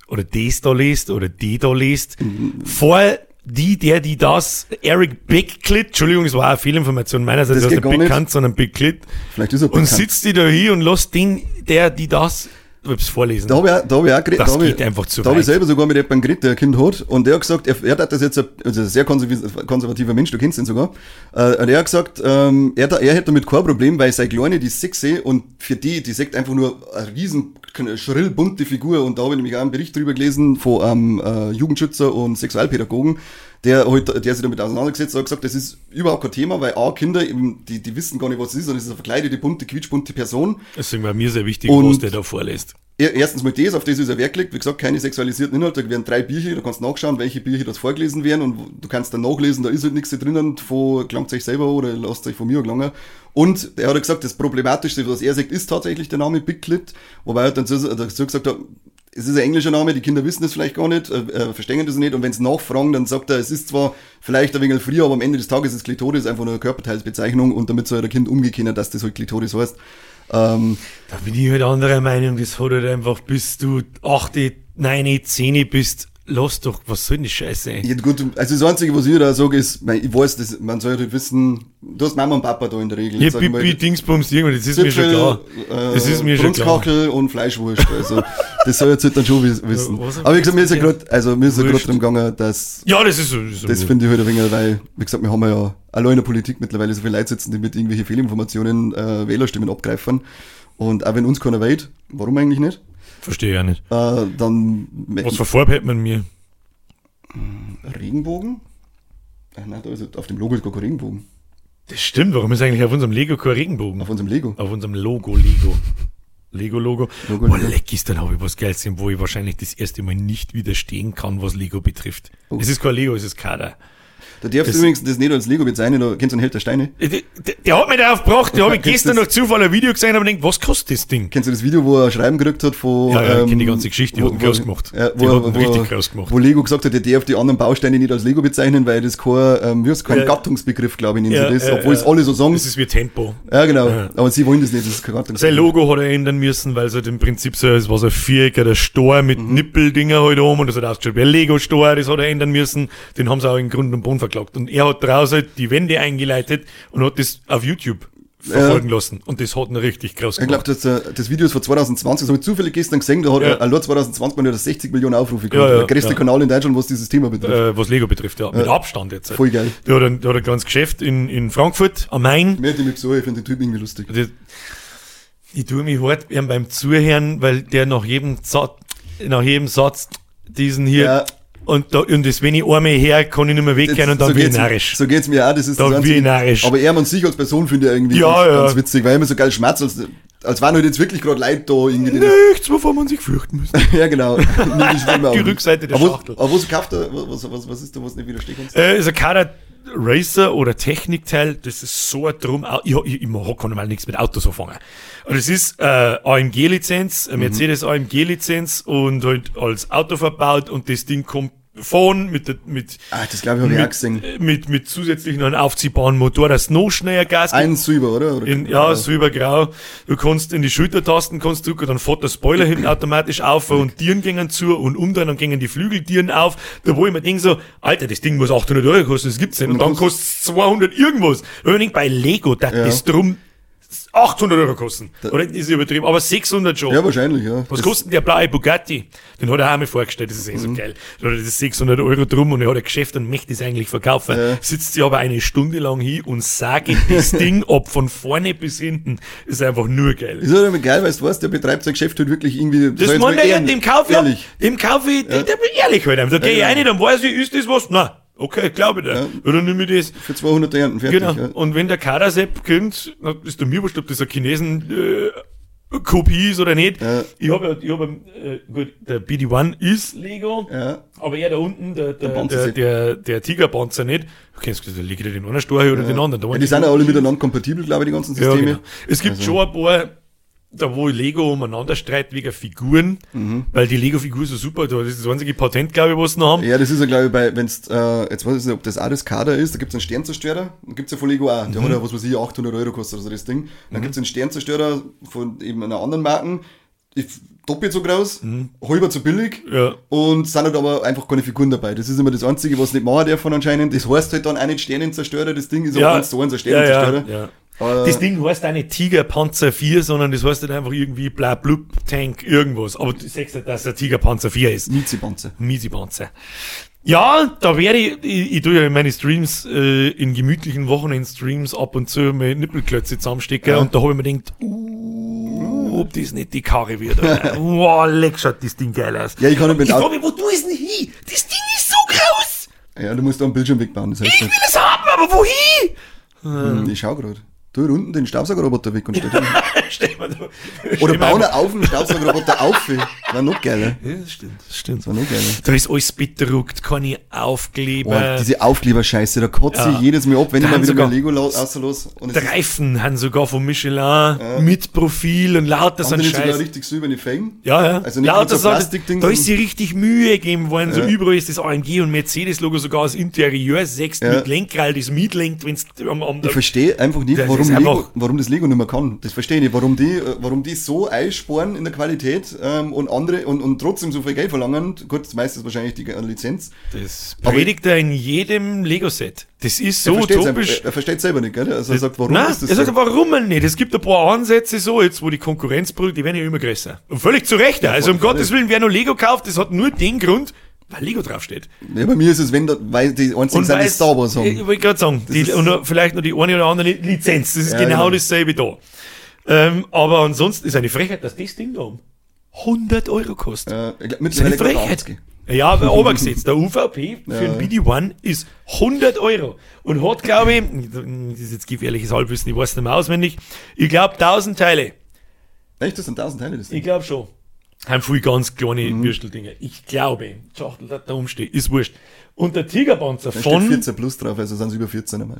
oder das da liest oder die da liest, vor die, der, die das, Eric Bicklitt, Entschuldigung, das war auch eine Fehlinformation meinerseits, das das ist nicht nicht bekannt, sondern Bicklitt. Vielleicht ist er und bekannt. sitzt die da hier und lässt den, der, die das, ich hab's vorlesen. Da habe ich auch, da hab ich auch geredet. Das da hab geht ich, einfach zu Da habe weit. ich selber sogar mit jemandem geredet, der ein Kind hat. Und der hat gesagt, er, er hat das jetzt, also ein sehr konserv- konservativer Mensch, du kennst ihn sogar. Äh, und er hat gesagt, ähm, er, er hätte damit kein Problem, weil seine Kleine, die ist sexy und für die, die sagt einfach nur eine riesen, schrill bunte Figur. Und da habe ich nämlich auch einen Bericht drüber gelesen von einem äh, Jugendschützer und Sexualpädagogen, der, halt, der sich damit auseinandergesetzt hat, hat gesagt, das ist überhaupt kein Thema, weil A, Kinder, eben, die, die wissen gar nicht, was es ist, und es ist eine verkleidete, bunte, quietschbunte Person. Deswegen war mir sehr wichtig, Und- was der da vorliest. Erstens mal das, auf das ist er Wert gelegt. Wie gesagt, keine sexualisierten Inhalte. Da werden drei Bücher, da kannst du nachschauen, welche Bücher das vorgelesen werden und du kannst dann nachlesen, da ist halt nichts drinnen, von klangt euch selber oder lasst euch von mir gelangen. Und er hat gesagt, das Problematischste, was er sagt, ist tatsächlich der Name Bicklitt, wobei er dann so, dazu gesagt hat, es ist ein englischer Name, die Kinder wissen das vielleicht gar nicht, äh, verstehen das nicht, und wenn sie nachfragen, dann sagt er, es ist zwar vielleicht ein wenig früher, aber am Ende des Tages ist Klitoris einfach nur eine Körperteilsbezeichnung und damit soll der Kind umgehen können, dass das halt Klitoris heißt. Ähm, Da bin ich halt anderer Meinung, das hat halt einfach, bis du acht, neun, zehn bist, lass doch, was soll denn die Scheiße ey? Ja, gut, also das Einzige, was ich da sage, ist, ich weiß, das, man soll halt wissen, du hast Mama und Papa da in der Regel. Ja, Sag ich mal, Pipi, Dingsbums, irgendwas, das ist mir schon Zipfel, klar. äh, Das ist mir schon klar. Brunskachel und Fleischwurst, also das soll jetzt halt dann schon wiss- wissen. was Aber wie gesagt, mir ist ja gerade, also mir ist ja gerade Wurscht. drum gegangen, dass, Ja, das ist so. Das, ist so das finde ich halt ein wenig, weil, wie gesagt, wir haben ja allein in der Politik mittlerweile so viele Leute sitzen, die mit irgendwelchen Fehlinformationen äh, Wählerstimmen abgreifen. Und auch wenn uns keiner wählt, warum eigentlich nicht? Verstehe ich auch nicht. Äh, dann Was für Farbe hat man mir? Regenbogen? Ach nein, da ist halt, auf dem Logo ist gar kein Regenbogen. Das stimmt, warum ist eigentlich auf unserem Lego kein Regenbogen? Auf unserem Lego. Auf unserem Logo, Lego. Lego-Logo. Logo, Boah, Lego. leck ist, dann habe ich was Geiles gesehen, wo ich wahrscheinlich das erste Mal nicht widerstehen kann, was Lego betrifft. Oh. Es ist kein Lego, es ist Kader. Da darfst Das- du übrigens das nicht als Lego bezeichnen, da kennst du einen Held der Steine. Der, der, der hat mich darauf gebracht, da habe ich Kennst gestern das- noch Zufall ein Video gesehen und habe gedacht, was kostet das Ding? Kennst du das Video, wo er ein Schreiben gekriegt hat von... Ja, ja, ich ähm, kenn die ganze Geschichte, die wo- hat ihn wo- groß gemacht. Ja, Die wo, hat ihn wo, richtig groß gemacht. Wo Lego gesagt hat, der darf die anderen Bausteine nicht als Lego bezeichnen, weil das kein, ähm, wie heißt, kein Ja. Gattungsbegriff, glaube ich, nennen Ja, sie das, ja, obwohl ja. es alle so sagen. Das ist wie Tempo. Ja, genau. Ja. Aber sie wollen das nicht, das ist kein Sein Gattungsbegriff. Logo hat er ändern müssen, weil es halt im Prinzip so ist, was ein Viereck, der Stor mit Mhm. Nippeldinger halt oben und das hat ausgeschaut wie ein Lego-Stor, das hat er ändern müssen. Den haben sie auch in Grund und Boden verklagt. Und er hat draußen die Wände eingeleitet und hat das auf YouTube verfolgen lassen. Und das hat ihn richtig krass Ich glaube, gemacht. das, äh, das Video ist von zwanzig zwanzig, das habe ich zufällig gestern gesehen, da hat Ja. er, allein zwanzig zwanzig mal sechzig Millionen Aufrufe gehabt. Ja, ja, der größte ja. Kanal in Deutschland, was dieses Thema betrifft. Äh, was Lego betrifft, ja. Mit Abstand jetzt. Voll geil. Der hat ein, der hat ein kleines Geschäft in, in Frankfurt am Main. Mehr hätte ich mich so, ich finde den Typ irgendwie lustig. Das, ich tue mich hart ihm beim Zuhören, weil der nach jedem Satz, nach jedem Satz diesen hier Ja. und, da, und das, wenn ich einmal her, kann ich nicht mehr weggehen und dann so bin ich geht's- narrisch. So geht's mir auch, das ist Da das bin Einzige. ich narrisch. Aber er an sich als Person finde ich irgendwie Ja, ganz, ja. ganz witzig, weil er immer so geil schmerzt, als, als waren halt jetzt wirklich gerade Leute da irgendwie. Die Nichts, wovon man sich fürchten müsste. ja, genau. Nee, das stimmt auch Die nicht. Rückseite der aber Schachtel. Was, aber was kauft er, was, was, was ist da, was nicht widerstehen kannst? Äh, ist ein Kader Racer oder Technikteil, das ist so ein Drum, ich, ich, ich mag kann mal nichts mit Autos anfangen. Und es ist äh, A M G-Lizenz, eine Mercedes A M G-Lizenz und halt als Auto verbaut und das Ding kommt vorn mit, der, mit, Ah, das glaube ich, habe ich auch gesehen. mit, mit, mit zusätzlich noch einem aufziehbaren Motor, das noch schneller Gas gibt. Ein Silber, oder? oder In, ja, silbergrau. Du kannst in die Schultertasten kannst drücken, dann fährt der Spoiler hinten automatisch auf und Tieren gingen zu und um dann, dann gingen die Flügeltieren auf. Da wo ich mir denke so, Alter, das Ding muss achthundert Euro kosten, das gibt's nicht. Und, Und dann was- kostet es zweihundert irgendwas. Und ich denk, bei Lego, da Ja. das drum achthundert Euro kosten. Oder ist übertrieben, aber sechshundert schon. Ja, wahrscheinlich, ja. Was Das- kostet denn der blaue Bugatti? Den hat er auch mal vorgestellt, das ist eh so geil. Da hat er das sechshundert Euro drum und er hat ein Geschäft und möchte es eigentlich verkaufen. Ja. Sitzt sie aber eine Stunde lang hin und sage das Ding ab von vorne bis hinten. Ist einfach nur geil. Ist halt immer geil, weil du weißt, der betreibt sein Geschäft halt wirklich irgendwie. Das sag jetzt meint mal er ja, ehrlich- dem Kauf Ehrlich. dem Kauf ich, der, der bin ehrlich halt. Da gehe ich Ja, rein, genau. dann weiß ich, ist das was? Na, okay, glaube ich dir. Ja. Oder nimm ich das. Für zweihundert Ernten fertig. Genau. Ja. Und wenn der Kadersepp kommt, dann ist der mir wurscht, ob das ein Chinesen äh, Kopie ist oder nicht. Ja. Ich habe ja, ich hab, äh, gut, der B D eins ist Lego, Ja. aber er da unten, der, der, Panzer der, Sepp. der, der Tigerpanzer nicht. Du kennst, da liegt ja den einen Storch oder den anderen. Da Ja, waren die sind ja alle miteinander kompatibel, glaube ich, die ganzen ja, Systeme. genau. Es gibt Also- schon ein paar, da wo Lego umeinander streitet wegen Figuren, Mhm. weil die Lego-Figur so super, das ist das einzige Patent, glaube ich, was sie noch haben. Ja, das ist ja, glaube ich, bei, wenn's, äh, jetzt weiß ich nicht, ob das auch das Kader ist, da gibt's einen Sternzerstörer, da gibt's ja von Lego auch, der hat ja, was weiß ich, achthundert Euro kostet, also das Ding. Dann gibt's einen Sternzerstörer von eben einer anderen Marken, ich, doppelt so groß, mhm. halber zu billig ja. und sind halt aber einfach keine Figuren dabei. Das ist immer das Einzige, was nicht machen darf von anscheinend. Das heißt halt dann auch nicht Sternenzerstörer, das Ding ist ja. aber eins zu eins ein Sternenzerstörer. Ja, ja, ja. Das Ding heißt auch nicht Tigerpanzer vier, sondern das heißt halt einfach irgendwie Blub Tank irgendwas. Aber du sagst halt, dass der Tigerpanzer vier ist. Miezi-Panzer. Miezi-Panzer. Ja, da werde ich, ich, ich tue ja in meine Streams, äh, in gemütlichen Wochenend-Streams ab und zu meine Nippelklötze zusammenstecken ja. und da habe ich mir gedacht, uh, ob das nicht die Karre wird. Wow, leck, schaut das Ding geil aus. Ja, ich kann nicht mit Ich frage mich, wo du ist denn hin? Das Ding ist so groß! Ja, du musst da einen Bildschirm wegbauen, das heißt Ich will es haben, aber wohin? Hm, ich schau gerade. Tu unten den Staubsaugerroboter weg und stell den. Stell mal da. Oder bauen wir auf den Staubsaugerroboter auf. War noch geiler. Ja, das stimmt, das stimmt. Das war noch geiler. Da ist alles bedruckt, keine Aufkleber. Oh, diese Aufkleber-Scheiße, da kotze ja. ich jedes Mal ab, wenn da ich mal wieder mein Lego auslasse. Der Reifen haben sogar von Michelin ja. mit Profil und lauter so ein Scheiß. Sogar richtig silberne Felgen. Ja, ja. Also nicht lauter so Plastikding. Da ist sie richtig Mühe gegeben worden. Ja. So überall ist das A M G und Mercedes-Logo sogar als Interieur sechst ja. mit Lenkrad, das mitlenkt, wenn es am, am Ich verstehe einfach nicht, warum, Lego, warum das Lego nicht mehr kann. Das verstehe ich nicht. Warum die, warum die so einsparen in der Qualität ähm, und andere und, und trotzdem so viel Geld verlangen. Gut, meistens wahrscheinlich die Lizenz. Das predigt er in jedem Lego-Set. Das ist so er utopisch. Er, er versteht selber nicht, gell? Also er sagt, warum Nein, ist das er so? sagt, warum nicht? Es gibt ein paar Ansätze so, jetzt wo die Konkurrenzbrüder, die werden ja immer größer. Und völlig zu Recht. Ja, also um Gottes Willen, wer noch Lego kauft, das hat nur den Grund, weil Lego draufsteht. Ja, bei mir ist es, wenn da, weil die einzigen sind, die Star Wars haben. Ich wollte gerade sagen, die, und noch, vielleicht noch die eine oder andere Lizenz. Das ist ja, genau, genau dasselbe da. Ähm, aber ansonsten ist eine Frechheit, dass das Ding da um hundert Euro kostet. Ja, das ist eine Frechheit. Ja, aber obergesetzt. Der U V P für ja. ein B D eins ist hundert Euro. Und hat, glaube ich, das ist jetzt gefährliches Halbwissen, ich weiß nicht mehr auswendig, ich glaube tausend Teile. Echt, das sind tausend Teile? Das Ding? Ich glaube schon. Haben viel ganz kleine mhm. Würsteldinger. Ich glaube, Schachtel da rumsteht, ist wurscht. Und der Tigerpanzer da von... steht vierzehn plus drauf, also sind es über vierzehn einmal.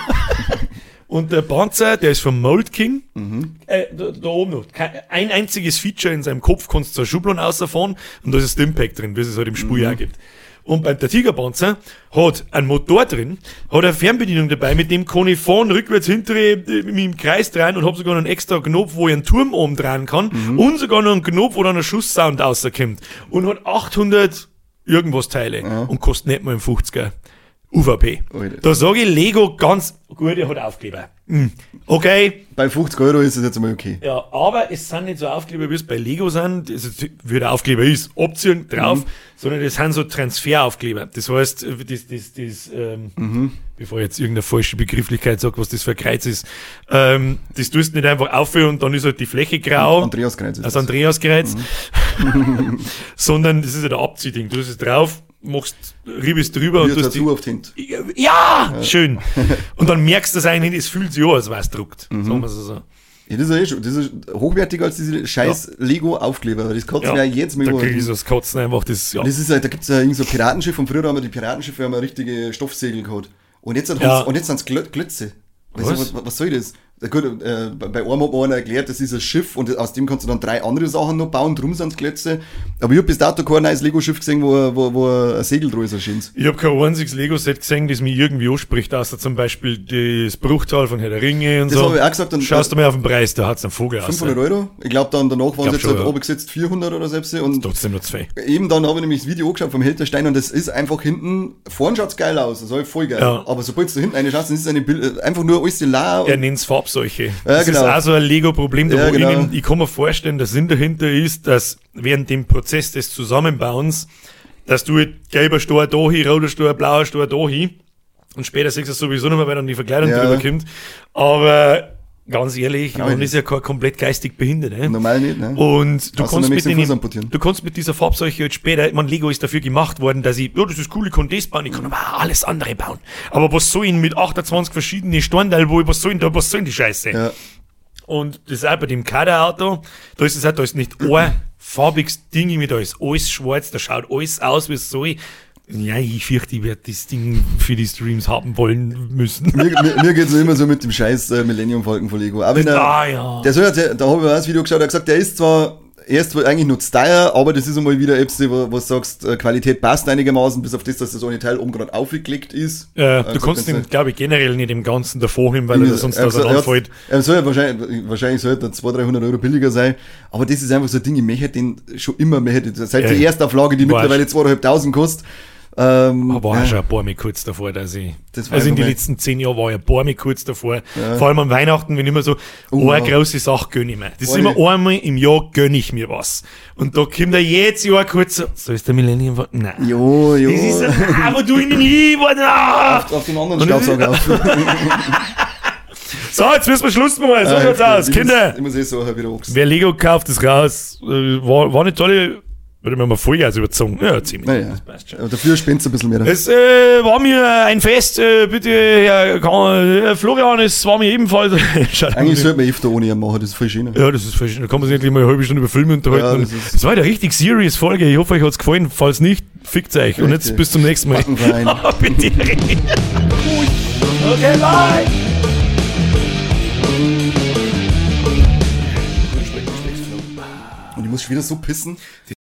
Und der Panzer, der ist vom Mold King. Mhm. Äh, da, da oben noch. Kein, ein einziges Feature in seinem Kopf kannst du zur Schubladen rausfahren und da ist ein Stimpack drin, wie es halt im Spiel mhm. auch gibt. Und bei der Tigerpanzer hat einen Motor drin, hat eine Fernbedienung dabei, mit dem kann ich fahren, rückwärts, hintere, mit dem Kreis drehen und habe sogar noch einen extra Knopf, wo ich einen Turm oben drehen kann mhm. und sogar noch einen Knopf, wo dann ein Schusssound rauskommt. Und hat achthundert irgendwas Teile ja. und kostet nicht mal einen fünfziger. U V P. Alter. Da sage ich Lego ganz gut, er hat Aufkleber. Mhm. Okay. Bei fünfzig Euro ist es jetzt einmal okay. Ja, aber es sind nicht so Aufkleber, wie es bei Lego sind, also, wie der Aufkleber ist, Option drauf, mhm. sondern das sind so Transferaufkleber. Das heißt, das, das, das, ähm, mhm. bevor ich jetzt irgendeine falsche Begrifflichkeit sage, was das für ein Kreuz ist, ähm, das tust du nicht einfach aufhören und dann ist halt die Fläche grau. Andreaskreuz ist das. Also Andreaskreuz. Mhm. Sondern das ist ja der Abziehding. Du tust es drauf, machst, riebst drüber Wie und tust die... auf die Hint. Ja, ja, schön. Und dann merkst du das eigentlich, es fühlt sich an, als wäre es druckt. Mhm. Sagen wir so. Ja, das ist ja eh schon, das ist hochwertiger als diese scheiß ja. Lego-Aufkleber. Das kotzen ja, ja jetzt mal da krieg ich so das Kotzen einfach, das, ja. Das ist halt, da gibt's ja irgend so Piratenschiff, von früher haben wir die Piratenschiffe, haben wir richtige Stoffsegel gehabt. Und jetzt, ja. und jetzt sind's Glö- Glötze. Was? Was, was soll das? Gut, äh, bei einem hat mir einer erklärt, das ist ein Schiff und aus dem kannst du dann drei andere Sachen noch bauen, drum sind es Klötze. Aber ich hab bis dato kein neues Lego-Schiff gesehen, wo, wo, wo ein Segel dran ist, erscheint. Ich hab kein einziges Lego-Set gesehen, das mich irgendwie anspricht, außer zum Beispiel das Bruchtal von Herr der Ringe und das so. Das hab ich auch gesagt. Und schaust du mal auf den Preis, da hat's einen Vogel aus. fünfhundert Euro. Ich glaube dann danach waren es jetzt halt oben gesetzt vierhundert oder selbst. Und trotzdem nur zwei. Eben dann habe ich nämlich das Video angeschaut vom Helterstein und das ist einfach hinten, vorn schaut's geil aus, das ist halt voll geil. Ja. Aber sobald du hinten eine schaust, dann ist es eine Bild, einfach nur alles la. Er nennt's Farbseuche. Ja, das genau. ist auch so ein Lego-Problem, ja, wo genau. ich, ich kann mir vorstellen, der Sinn dahinter ist, dass während dem Prozess des Zusammenbauens, dass du gelber Stor da hin, roter Stor, blauer Stor da hin und später siehst du es sowieso nicht mehr, weil dann die Verkleidung ja. drüber kommt. Aber ganz ehrlich, Genau man ist ja kein komplett geistig behindert. Ne? Normal nicht, ne? Und du Hast kannst, du mit den, den du kannst mit dieser Farbseuche jetzt später, man Lego ist dafür gemacht worden, dass ich, ja, das ist cool, ich kann das bauen, ich kann aber auch alles andere bauen. Aber was soll ich mit achtundzwanzig verschiedenen Stornteil, wo ich, was soll ich da, was soll denn die Scheiße? Ja. Und das ist auch bei dem Kaderauto, da ist es auch, da ist nicht ein farbiges Ding mit, da ist alles schwarz, da schaut alles aus, wie es soll. Ja, ich fürchte, ich werde das Ding für die Streams haben wollen müssen. Mir, mir, mir geht's immer so mit dem scheiß äh, Millennium Falcon von Lego. Aber wenn er, ah, ja. der soll ja, da habe ich auch das Video geschaut, der hat gesagt, der ist zwar erst eigentlich nur zu teuer, aber das ist einmal wieder etwas, wo, wo du sagst, Qualität passt einigermaßen, bis auf das, dass das eine Teil oben gerade aufgelegt ist. Äh, also du kannst ihn, glaube ich, generell nicht im Ganzen davor hin, weil er sonst er, da so anfällt. Er soll ja wahrscheinlich, wahrscheinlich sollte er zweihundert, dreihundert Euro billiger sein, aber das ist einfach so ein Ding, ich möchte den schon immer, möchte, seit ja, die Erstauflage, die mittlerweile zweitausendfünfhundert kostet. Ähm, aber war ja. schon ein paar Mal kurz davor, dass ich, das also in den letzten zehn Jahren war ich ein paar Mal kurz davor, ja. vor allem an Weihnachten, wenn ich immer so, oh, eine große Sache gönne ich mir. Das oh, ist immer einmal im Jahr gönne ich mir was. Und da kommt er jetzt Jahr kurz so, so ist der Millennium, nein. Jo, jo. Das ist, ah, wo tu ich denn hin, auf, auf den anderen Staubsauger auf. So, jetzt müssen wir Schluss machen, so schaut's ja, aus, ich Kinder. Muss, ich muss eh so wieder wachsen. Wer Lego kauft, ist raus. War, war eine tolle, würde man mal Vollgas überzogen. Ja, ziemlich. Naja, das passt schon. Aber dafür spinnt es ein bisschen mehr. Es äh, war mir ein Fest, äh, bitte, Herr K- Florian, es war mir ebenfalls. Eigentlich sollte man öfter ohne ihn machen, das ist voll schön. Ja, das ist voll schön. Da kann man sich endlich mal eine halbe Stunde über Filme unterhalten. Ja, das, ist das war eine richtig serious Folge. Ich hoffe, euch hat's gefallen. Falls nicht, fickt euch. Richtig. Und jetzt bis zum nächsten Mal. Bitte. Okay, bye. Und ich muss schon wieder so pissen.